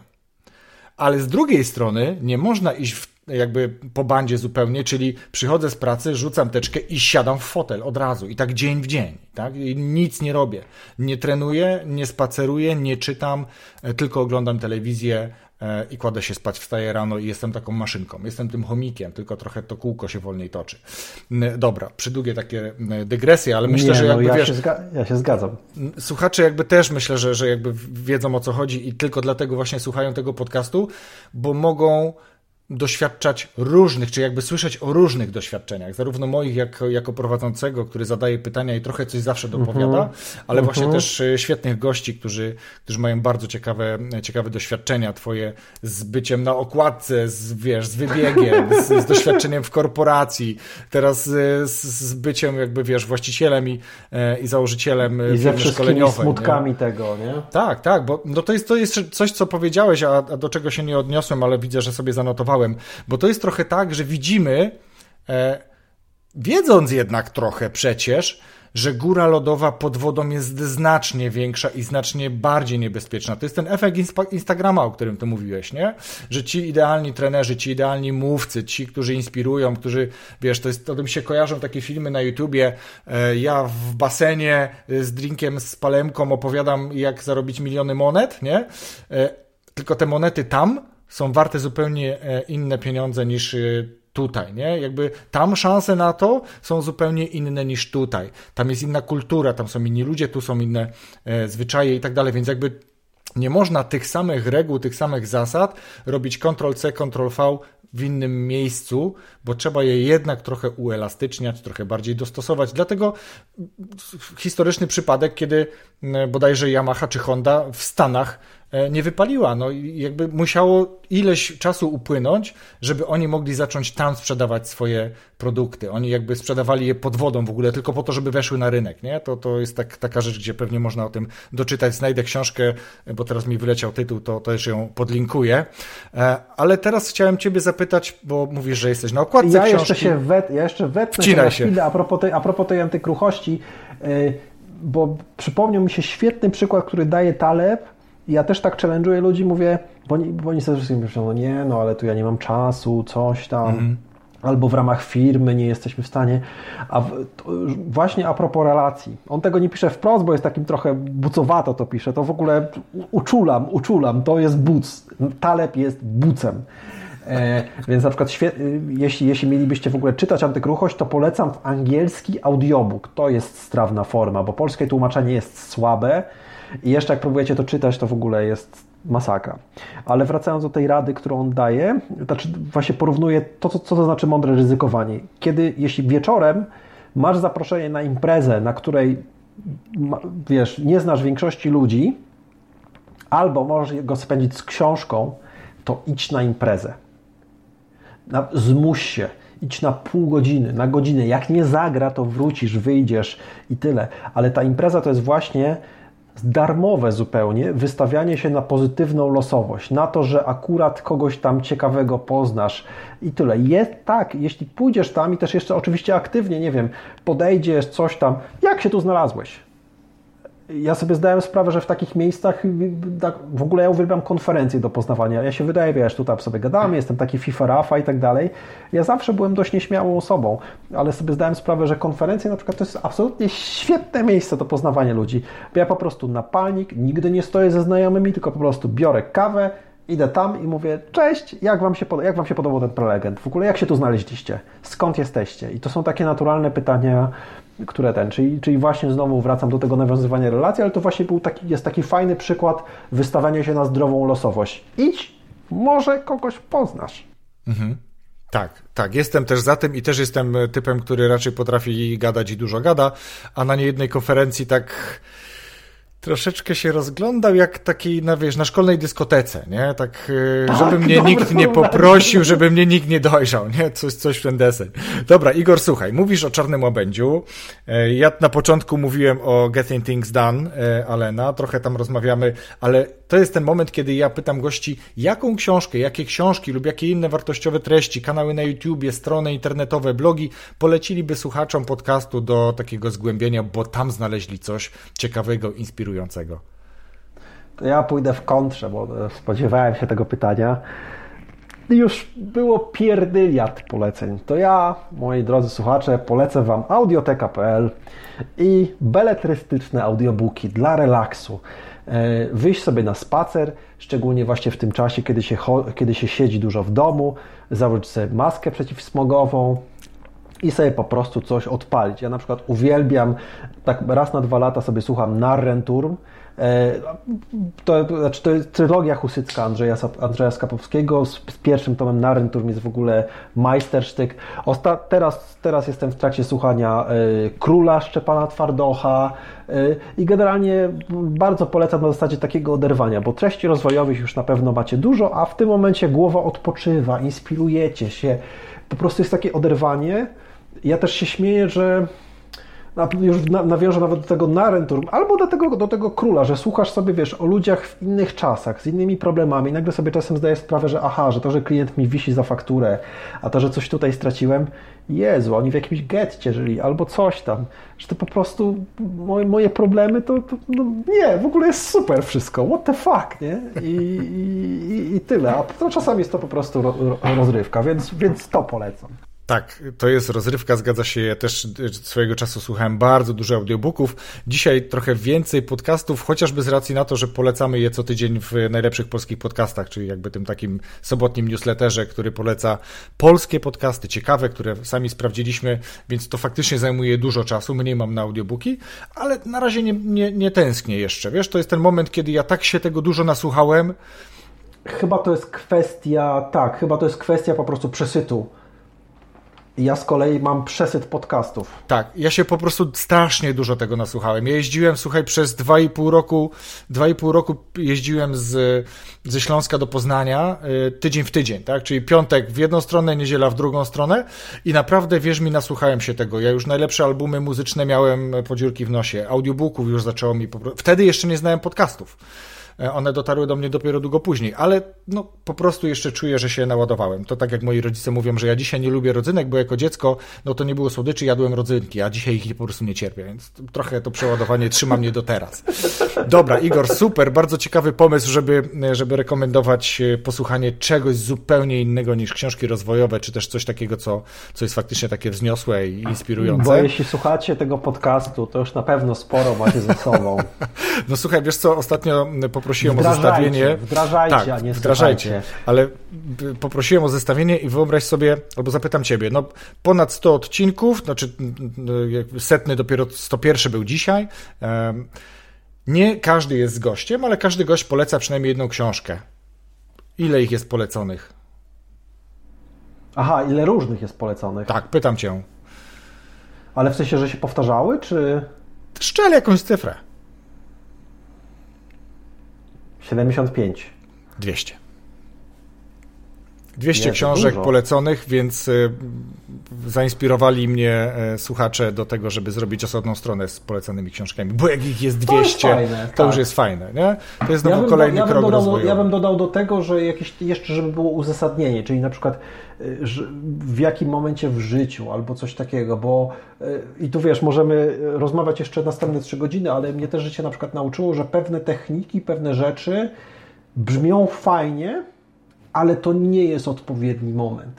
Ale z drugiej strony nie można iść w jakby po bandzie zupełnie, czyli przychodzę z pracy, rzucam teczkę i siadam w fotel od razu i tak dzień w dzień, tak? I nic nie robię. Nie trenuję, nie spaceruję, nie czytam, tylko oglądam telewizję i kładę się spać, wstaję rano i jestem taką maszynką. Jestem tym chomikiem, tylko trochę to kółko się wolniej toczy. Dobra, przydługie takie dygresje, ale myślę, nie, że jakby no ja wiesz... Się zga- ja się zgadzam. Słuchacze jakby też myślę, że, że jakby wiedzą, o co chodzi i tylko dlatego właśnie słuchają tego podcastu, bo mogą doświadczać różnych, czy jakby słyszeć o różnych doświadczeniach, zarówno moich jako, jako prowadzącego, który zadaje pytania i trochę coś zawsze dopowiada, mm-hmm. ale mm-hmm. właśnie też świetnych gości, którzy, którzy mają bardzo ciekawe, ciekawe doświadczenia twoje z byciem na okładce, z, wiesz, z wybiegiem, z, z doświadczeniem w korporacji, teraz z, z byciem jakby, wiesz, właścicielem i, i założycielem I firmy szkoleniowej. I ze smutkami nie? tego, nie? Tak, tak, bo no to, jest, to jest coś, co powiedziałeś, a, a do czego się nie odniosłem, ale widzę, że sobie zanotowałem. Bo to jest trochę tak, że widzimy, e, wiedząc jednak trochę przecież, że góra lodowa pod wodą jest znacznie większa i znacznie bardziej niebezpieczna. To jest ten efekt Instagrama, o którym ty mówiłeś, nie? Że ci idealni trenerzy, ci idealni mówcy, ci, którzy inspirują, którzy, wiesz, to jest, to mi się kojarzą takie filmy na YouTubie, e, ja w basenie z drinkiem, z palemką opowiadam, jak zarobić miliony monet, nie? E, tylko te monety tam są warte zupełnie inne pieniądze niż tutaj, nie? Jakby tam szanse na to są zupełnie inne niż tutaj. Tam jest inna kultura, tam są inni ludzie, tu są inne e, zwyczaje i tak dalej, więc jakby nie można tych samych reguł, tych samych zasad robić kontrol C, kontrol V w innym miejscu, bo trzeba je jednak trochę uelastyczniać, trochę bardziej dostosować. Dlatego historyczny przypadek, kiedy bodajże Yamaha czy Honda w Stanach nie wypaliła. No i jakby musiało ileś czasu upłynąć, żeby oni mogli zacząć tam sprzedawać swoje produkty. Oni jakby sprzedawali je pod wodą w ogóle tylko po to, żeby weszły na rynek, nie? To, to jest tak, taka rzecz, gdzie pewnie można o tym doczytać. Znajdę książkę, bo teraz mi wyleciał tytuł, to też ją podlinkuję. Ale teraz chciałem ciebie zapytać, bo mówisz, że jesteś na okładce ja książki. Jeszcze się wet, ja jeszcze wetnę się na chwilę a propos tej, a propos tej antykruchości, yy, bo przypomniał mi się świetny przykład, który daje Taleb. Ja też tak challenge'uję ludzi, mówię, bo oni, bo oni sobie myślą, no nie, no ale tu ja nie mam czasu, coś tam, mm. albo w ramach firmy nie jesteśmy w stanie. A w, właśnie a propos relacji, on tego nie pisze wprost, bo jest takim trochę bucowato to pisze, to w ogóle uczulam, uczulam, to jest buc. Taleb jest bucem. E, więc na przykład jeśli, jeśli mielibyście w ogóle czytać antykruchość, to polecam w angielski audiobook. To jest strawna forma, bo polskie tłumaczenie jest słabe i jeszcze jak próbujecie to czytać, to w ogóle jest masakra. Ale wracając do tej rady, którą on daje, znaczy właśnie porównuję to, co, co to znaczy mądre ryzykowanie. Kiedy, jeśli wieczorem masz zaproszenie na imprezę, na której wiesz, nie znasz większości ludzi, albo możesz go spędzić z książką, to idź na imprezę. Na, zmuś się. Idź na pół godziny, na godzinę. Jak nie zagra, to wrócisz, wyjdziesz i tyle. Ale ta impreza to jest właśnie darmowe zupełnie wystawianie się na pozytywną losowość, na to, że akurat kogoś tam ciekawego poznasz i tyle. Jest tak, jeśli pójdziesz tam i też jeszcze oczywiście aktywnie, nie wiem, podejdziesz, coś tam, jak się tu znalazłeś? Ja sobie zdałem sprawę, że w takich miejscach w ogóle ja uwielbiam konferencje do poznawania. Ja się wydaje, wiesz, tutaj sobie gadamy, jestem taki FIFA Rafa i tak dalej. Ja zawsze byłem dość nieśmiałą osobą, ale sobie zdałem sprawę, że konferencje na przykład to jest absolutnie świetne miejsce do poznawania ludzi. Bo ja po prostu na palnik, nigdy nie stoję ze znajomymi, tylko po prostu biorę kawę, idę tam i mówię, cześć, jak wam się, jak wam się podobał ten prelegent? W ogóle jak się tu znaleźliście? Skąd jesteście? I to są takie naturalne pytania, które ten, czyli, czyli właśnie znowu wracam do tego nawiązywania relacji, ale to właśnie był taki, jest taki fajny przykład wystawiania się na zdrową losowość. Idź, może kogoś poznasz. Mhm. Tak, tak, jestem też za tym i też jestem typem, który raczej potrafi gadać i dużo gada, a na niejednej konferencji tak troszeczkę się rozglądał jak taki, no wiesz, na szkolnej dyskotece, nie? Tak, tak żeby mnie nikt nie poprosił, żeby mnie nikt nie dojrzał, nie? Coś, coś w ten deseń. Dobra, Igor, słuchaj, mówisz o Czarnym Łabędziu. Ja na początku mówiłem o Getting Things Done, Allena, trochę tam rozmawiamy, ale to jest ten moment, kiedy ja pytam gości, jaką książkę, jakie książki lub jakie inne wartościowe treści, kanały na YouTubie, strony internetowe, blogi poleciliby słuchaczom podcastu do takiego zgłębienia, bo tam znaleźli coś ciekawego, inspirującego. To ja pójdę w kontrze, bo spodziewałem się tego pytania. Już było pierdyliard poleceń. To ja, moi drodzy słuchacze, polecę wam audioteka kropka pe el i beletrystyczne audiobooki dla relaksu. Wyjść sobie na spacer, szczególnie właśnie w tym czasie, kiedy się, kiedy się siedzi dużo w domu, założyć sobie maskę przeciwsmogową i sobie po prostu coś odpalić. Ja na przykład uwielbiam, tak raz na dwa lata sobie słucham Narrenturm. To, to, znaczy to jest trylogia husycka Andrzeja, Andrzeja Skapowskiego. Z, z pierwszym tomem Narrenturm jest w ogóle majstersztyk. Osta, teraz, teraz jestem w trakcie słuchania y, Króla Szczepana Twardocha y, i generalnie bardzo polecam na zasadzie takiego oderwania, bo treści rozwojowych już na pewno macie dużo, a w tym momencie głowa odpoczywa, inspirujecie się. Po prostu jest takie oderwanie. Ja też się śmieję, że już nawiążę nawet do tego Narrenturm, albo do tego, do tego Króla, że słuchasz sobie, wiesz, o ludziach w innych czasach, z innymi problemami i nagle sobie czasem zdajesz sprawę, że aha, że to, że klient mi wisi za fakturę, a to, że coś tutaj straciłem, Jezu, oni w jakimś getcie żyli, albo coś tam, że to po prostu moje, moje problemy to, to no nie, w ogóle jest super wszystko, what the fuck, nie? I, i, i tyle, a to czasami jest to po prostu ro, rozrywka, więc, więc to polecam. Tak, to jest rozrywka, zgadza się. Ja też swojego czasu słuchałem bardzo dużo audiobooków. Dzisiaj trochę więcej podcastów, chociażby z racji na to, że polecamy je co tydzień w najlepszych polskich podcastach, czyli jakby tym takim sobotnim newsletterze, który poleca polskie podcasty, ciekawe, które sami sprawdziliśmy, więc to faktycznie zajmuje dużo czasu. Mniej mam na audiobooki, ale na razie nie, nie, nie tęsknię jeszcze. Wiesz, to jest ten moment, kiedy ja tak się tego dużo nasłuchałem. Chyba to jest kwestia, tak, chyba to jest kwestia po prostu przesytu. Ja z kolei mam przesyt podcastów. Tak, ja się po prostu strasznie dużo tego nasłuchałem. Ja jeździłem, słuchaj, przez dwa i pół roku, dwa i pół roku jeździłem z, ze Śląska do Poznania y, tydzień w tydzień, tak? Czyli piątek w jedną stronę, niedziela w drugą stronę i naprawdę, wierz mi, nasłuchałem się tego. Ja już najlepsze albumy muzyczne miałem po dziurki w nosie. Audiobooków już zaczęło mi po prostu... Wtedy jeszcze nie znałem podcastów. One dotarły do mnie dopiero długo później, ale no, po prostu jeszcze czuję, że się naładowałem. To tak jak moi rodzice mówią, że ja dzisiaj nie lubię rodzynek, bo jako dziecko no to nie było słodyczy, jadłem rodzynki, a dzisiaj ich po prostu nie cierpię, więc trochę to przeładowanie trzyma mnie do teraz. Dobra, Igor, super, bardzo ciekawy pomysł, żeby, żeby rekomendować posłuchanie czegoś zupełnie innego niż książki rozwojowe, czy też coś takiego, co, co jest faktycznie takie wzniosłe i inspirujące. Bo jeśli słuchacie tego podcastu, to już na pewno sporo macie ze sobą. No słuchaj, wiesz co, ostatnio po Poprosiłem o zestawienie. Wdrażajcie, tak, a nie wdrażajcie. słuchajcie. Ale poprosiłem o zestawienie i wyobraź sobie, albo zapytam ciebie, no ponad sto odcinków, znaczy setny dopiero sto jeden był dzisiaj. Nie każdy jest gościem, ale każdy gość poleca przynajmniej jedną książkę. Ile ich jest poleconych? Aha, ile różnych jest poleconych? Tak, pytam cię. Ale w sensie, że się powtarzały, czy... Strzel jakąś cyfrę. siedemdziesiąt pięć. dwieście. dwieście Nie, książek dużo. poleconych, więc y, zainspirowali mnie y, słuchacze do tego, żeby zrobić osobną stronę z polecanymi książkami. Bo jak ich jest dwieście, to, jest fajne, to tak. już jest fajne. Nie? To jest znowu ja kolejny ja krok dodał, rozwojowy. Ja bym dodał do tego, że jakieś jeszcze, żeby było uzasadnienie, czyli na przykład w jakim momencie w życiu albo coś takiego, bo i tu wiesz, możemy rozmawiać jeszcze następne trzy godziny, ale mnie też życie na przykład nauczyło, że pewne techniki, pewne rzeczy brzmią fajnie, ale to nie jest odpowiedni moment.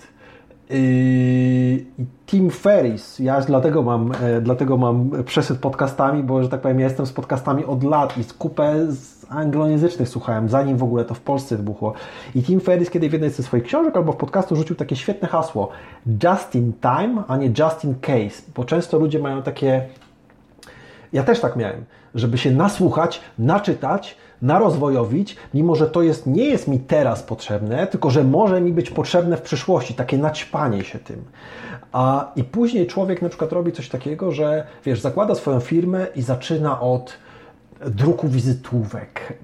I Tim Ferriss, ja dlatego mam, dlatego mam przesyt podcastami, bo, że tak powiem, ja jestem z podcastami od lat i z kupę z anglojęzycznych słuchałem, zanim w ogóle to w Polsce wybuchło. I Tim Ferriss kiedy w jednej ze swoich książek albo w podcastu rzucił takie świetne hasło just in time, a nie just in case, bo często ludzie mają takie, ja też tak miałem, żeby się nasłuchać, naczytać, narozwojowić, mimo że to jest, nie jest mi teraz potrzebne, tylko że może mi być potrzebne w przyszłości, takie naćpanie się tym. A i później człowiek na przykład robi coś takiego, że wiesz, zakłada swoją firmę i zaczyna od druku wizytówek,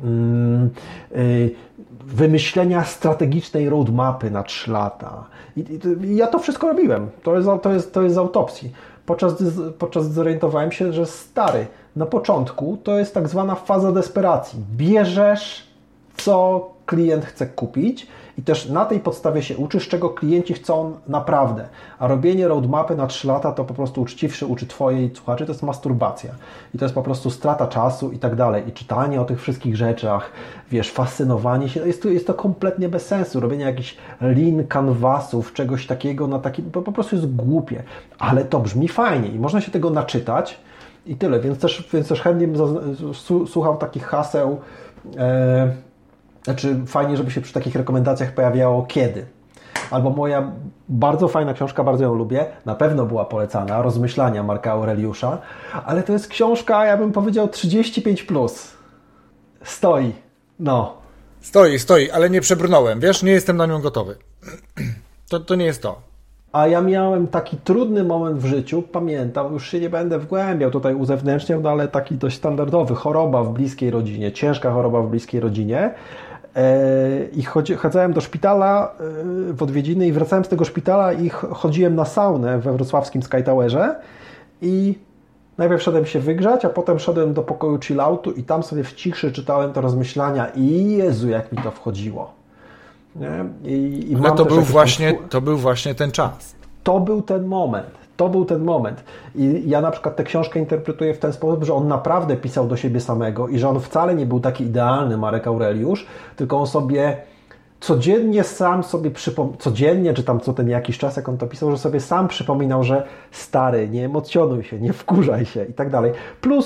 wymyślenia strategicznej roadmapy na trzy lata. I, i ja to wszystko robiłem. To jest, to jest, to jest z autopsji. Podczas, podczas gdy zorientowałem się, że stary, na początku to jest tak zwana faza desperacji. Bierzesz, co klient chce kupić i też na tej podstawie się uczysz, czego klienci chcą naprawdę. A robienie roadmapy na trzy lata to po prostu uczciwszy uczy Twojej słuchaczy, to jest masturbacja. I to jest po prostu strata czasu i tak dalej. I czytanie o tych wszystkich rzeczach, wiesz, fascynowanie się, jest to, jest to kompletnie bez sensu. Robienie jakichś lean canvasów, czegoś takiego na takim, po, po prostu jest głupie. Ale to brzmi fajnie i można się tego naczytać i tyle. Więc też, więc też chętnie bym słuchał takich haseł. E, Znaczy fajnie, żeby się przy takich rekomendacjach pojawiało kiedy. Albo moja bardzo fajna książka, bardzo ją lubię, na pewno była polecana, Rozmyślania Marka Aureliusza, ale to jest książka, ja bym powiedział trzydzieści pięć plus. Stoi. No. Stoi, stoi, ale nie przebrnąłem, wiesz, nie jestem na nią gotowy. To, to nie jest to. A ja miałem taki trudny moment w życiu, pamiętam, już się nie będę wgłębiał tutaj uzewnętrzniał, no ale taki dość standardowy, choroba w bliskiej rodzinie, ciężka choroba w bliskiej rodzinie. I chodzi, chodziłem do szpitala w odwiedziny i wracałem z tego szpitala i chodziłem na saunę we wrocławskim Sky Towerze i najpierw szedłem się wygrzać, a potem szedłem do pokoju chilloutu i tam sobie w ciszy czytałem te rozmyślania i Jezu, jak mi to wchodziło. Nie? I, i Ale to był, właśnie, tam... to był właśnie ten czas. To był ten moment. To był ten moment. I ja na przykład tę książkę interpretuję w ten sposób, że on naprawdę pisał do siebie samego i że on wcale nie był taki idealny, Marek Aureliusz, tylko on sobie codziennie sam sobie przypominał, codziennie, czy tam co ten jakiś czas, jak on to pisał, że sobie sam przypominał, że stary, nie emocjonuj się, nie wkurzaj się i tak dalej. Plus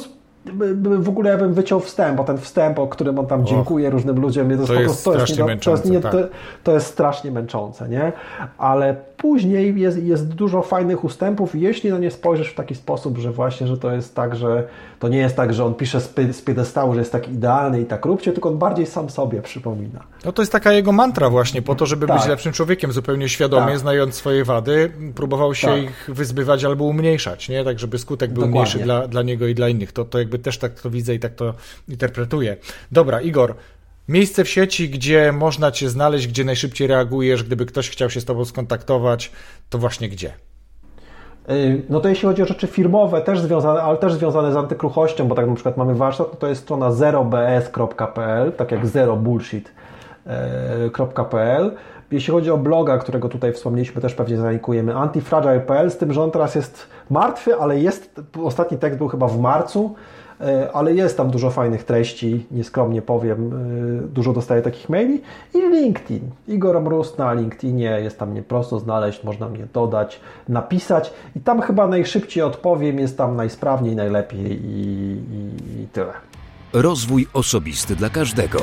w ogóle ja bym wyciął wstęp, bo ten wstęp, o którym on tam Och, dziękuję różnym ludziom, to, to jest, to jest strasznie nie, męczące. To jest, nie, tak. to, to jest strasznie męczące, nie? Ale później jest, jest dużo fajnych ustępów, jeśli na nie spojrzysz w taki sposób, że właśnie, że to jest tak, że to nie jest tak, że on pisze z, py, z piedestału, że jest tak idealny i tak róbcie, tylko on bardziej sam sobie przypomina. No to jest taka jego mantra właśnie, po to, żeby tak. być lepszym człowiekiem, zupełnie świadomie, tak. znając swoje wady, próbował się tak. ich wyzbywać albo umniejszać, nie? Tak, żeby skutek był Dokładnie. mniejszy dla, dla niego i dla innych. To, to jakby też tak to widzę i tak to interpretuję. Dobra, Igor, miejsce w sieci, gdzie można Cię znaleźć, gdzie najszybciej reagujesz, gdyby ktoś chciał się z Tobą skontaktować, to właśnie gdzie? No to jeśli chodzi o rzeczy firmowe, też związane, ale też związane z antykruchością, bo tak na przykład mamy warsztat, to, to jest strona zero b s kropka p l, tak jak zero bullshit kropka p l. Jeśli chodzi o bloga, którego tutaj wspomnieliśmy, też pewnie zalinkujemy, antifragile kropka p l, z tym, że on teraz jest martwy, ale jest, ostatni tekst był chyba w marcu, ale jest tam dużo fajnych treści, nieskromnie powiem, dużo dostaję takich maili. I LinkedIn, Igor Mróz na LinkedInie, jest tam mnie prosto znaleźć, można mnie dodać, napisać i tam chyba najszybciej odpowiem, jest tam najsprawniej, najlepiej i, i, i tyle. Rozwój osobisty dla każdego.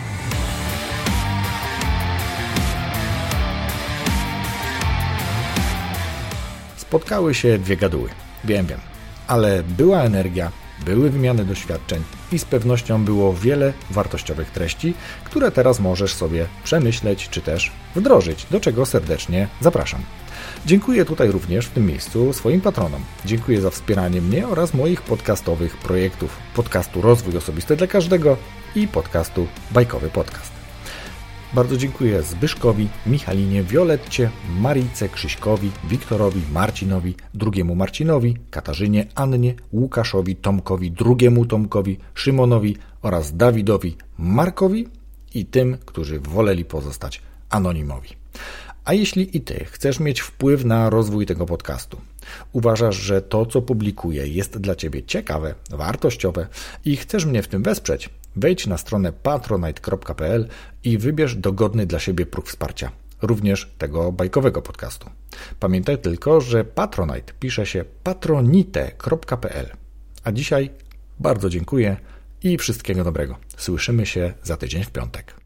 Spotkały się dwie gaduły, wiem, wiem, ale była energia, były wymiany doświadczeń i z pewnością było wiele wartościowych treści, które teraz możesz sobie przemyśleć czy też wdrożyć, do czego serdecznie zapraszam. Dziękuję tutaj również w tym miejscu swoim patronom. Dziękuję za wspieranie mnie oraz moich podcastowych projektów, podcastu Rozwój Osobisty dla Każdego i podcastu Bajkowy Podcast. Bardzo dziękuję Zbyszkowi, Michalinie, Violetcie, Marijce, Krzyśkowi, Wiktorowi, Marcinowi, drugiemu Marcinowi, Katarzynie, Annie, Łukaszowi, Tomkowi, drugiemu Tomkowi, Szymonowi oraz Dawidowi, Markowi i tym, którzy woleli pozostać anonimowi. A jeśli i Ty chcesz mieć wpływ na rozwój tego podcastu, uważasz, że to, co publikuję, jest dla Ciebie ciekawe, wartościowe i chcesz mnie w tym wesprzeć, wejdź na stronę patronite kropka p l i wybierz dogodny dla siebie próg wsparcia, również tego bajkowego podcastu. Pamiętaj tylko, że Patronite pisze się patronite kropka p l. A dzisiaj bardzo dziękuję i wszystkiego dobrego. Słyszymy się za tydzień w piątek.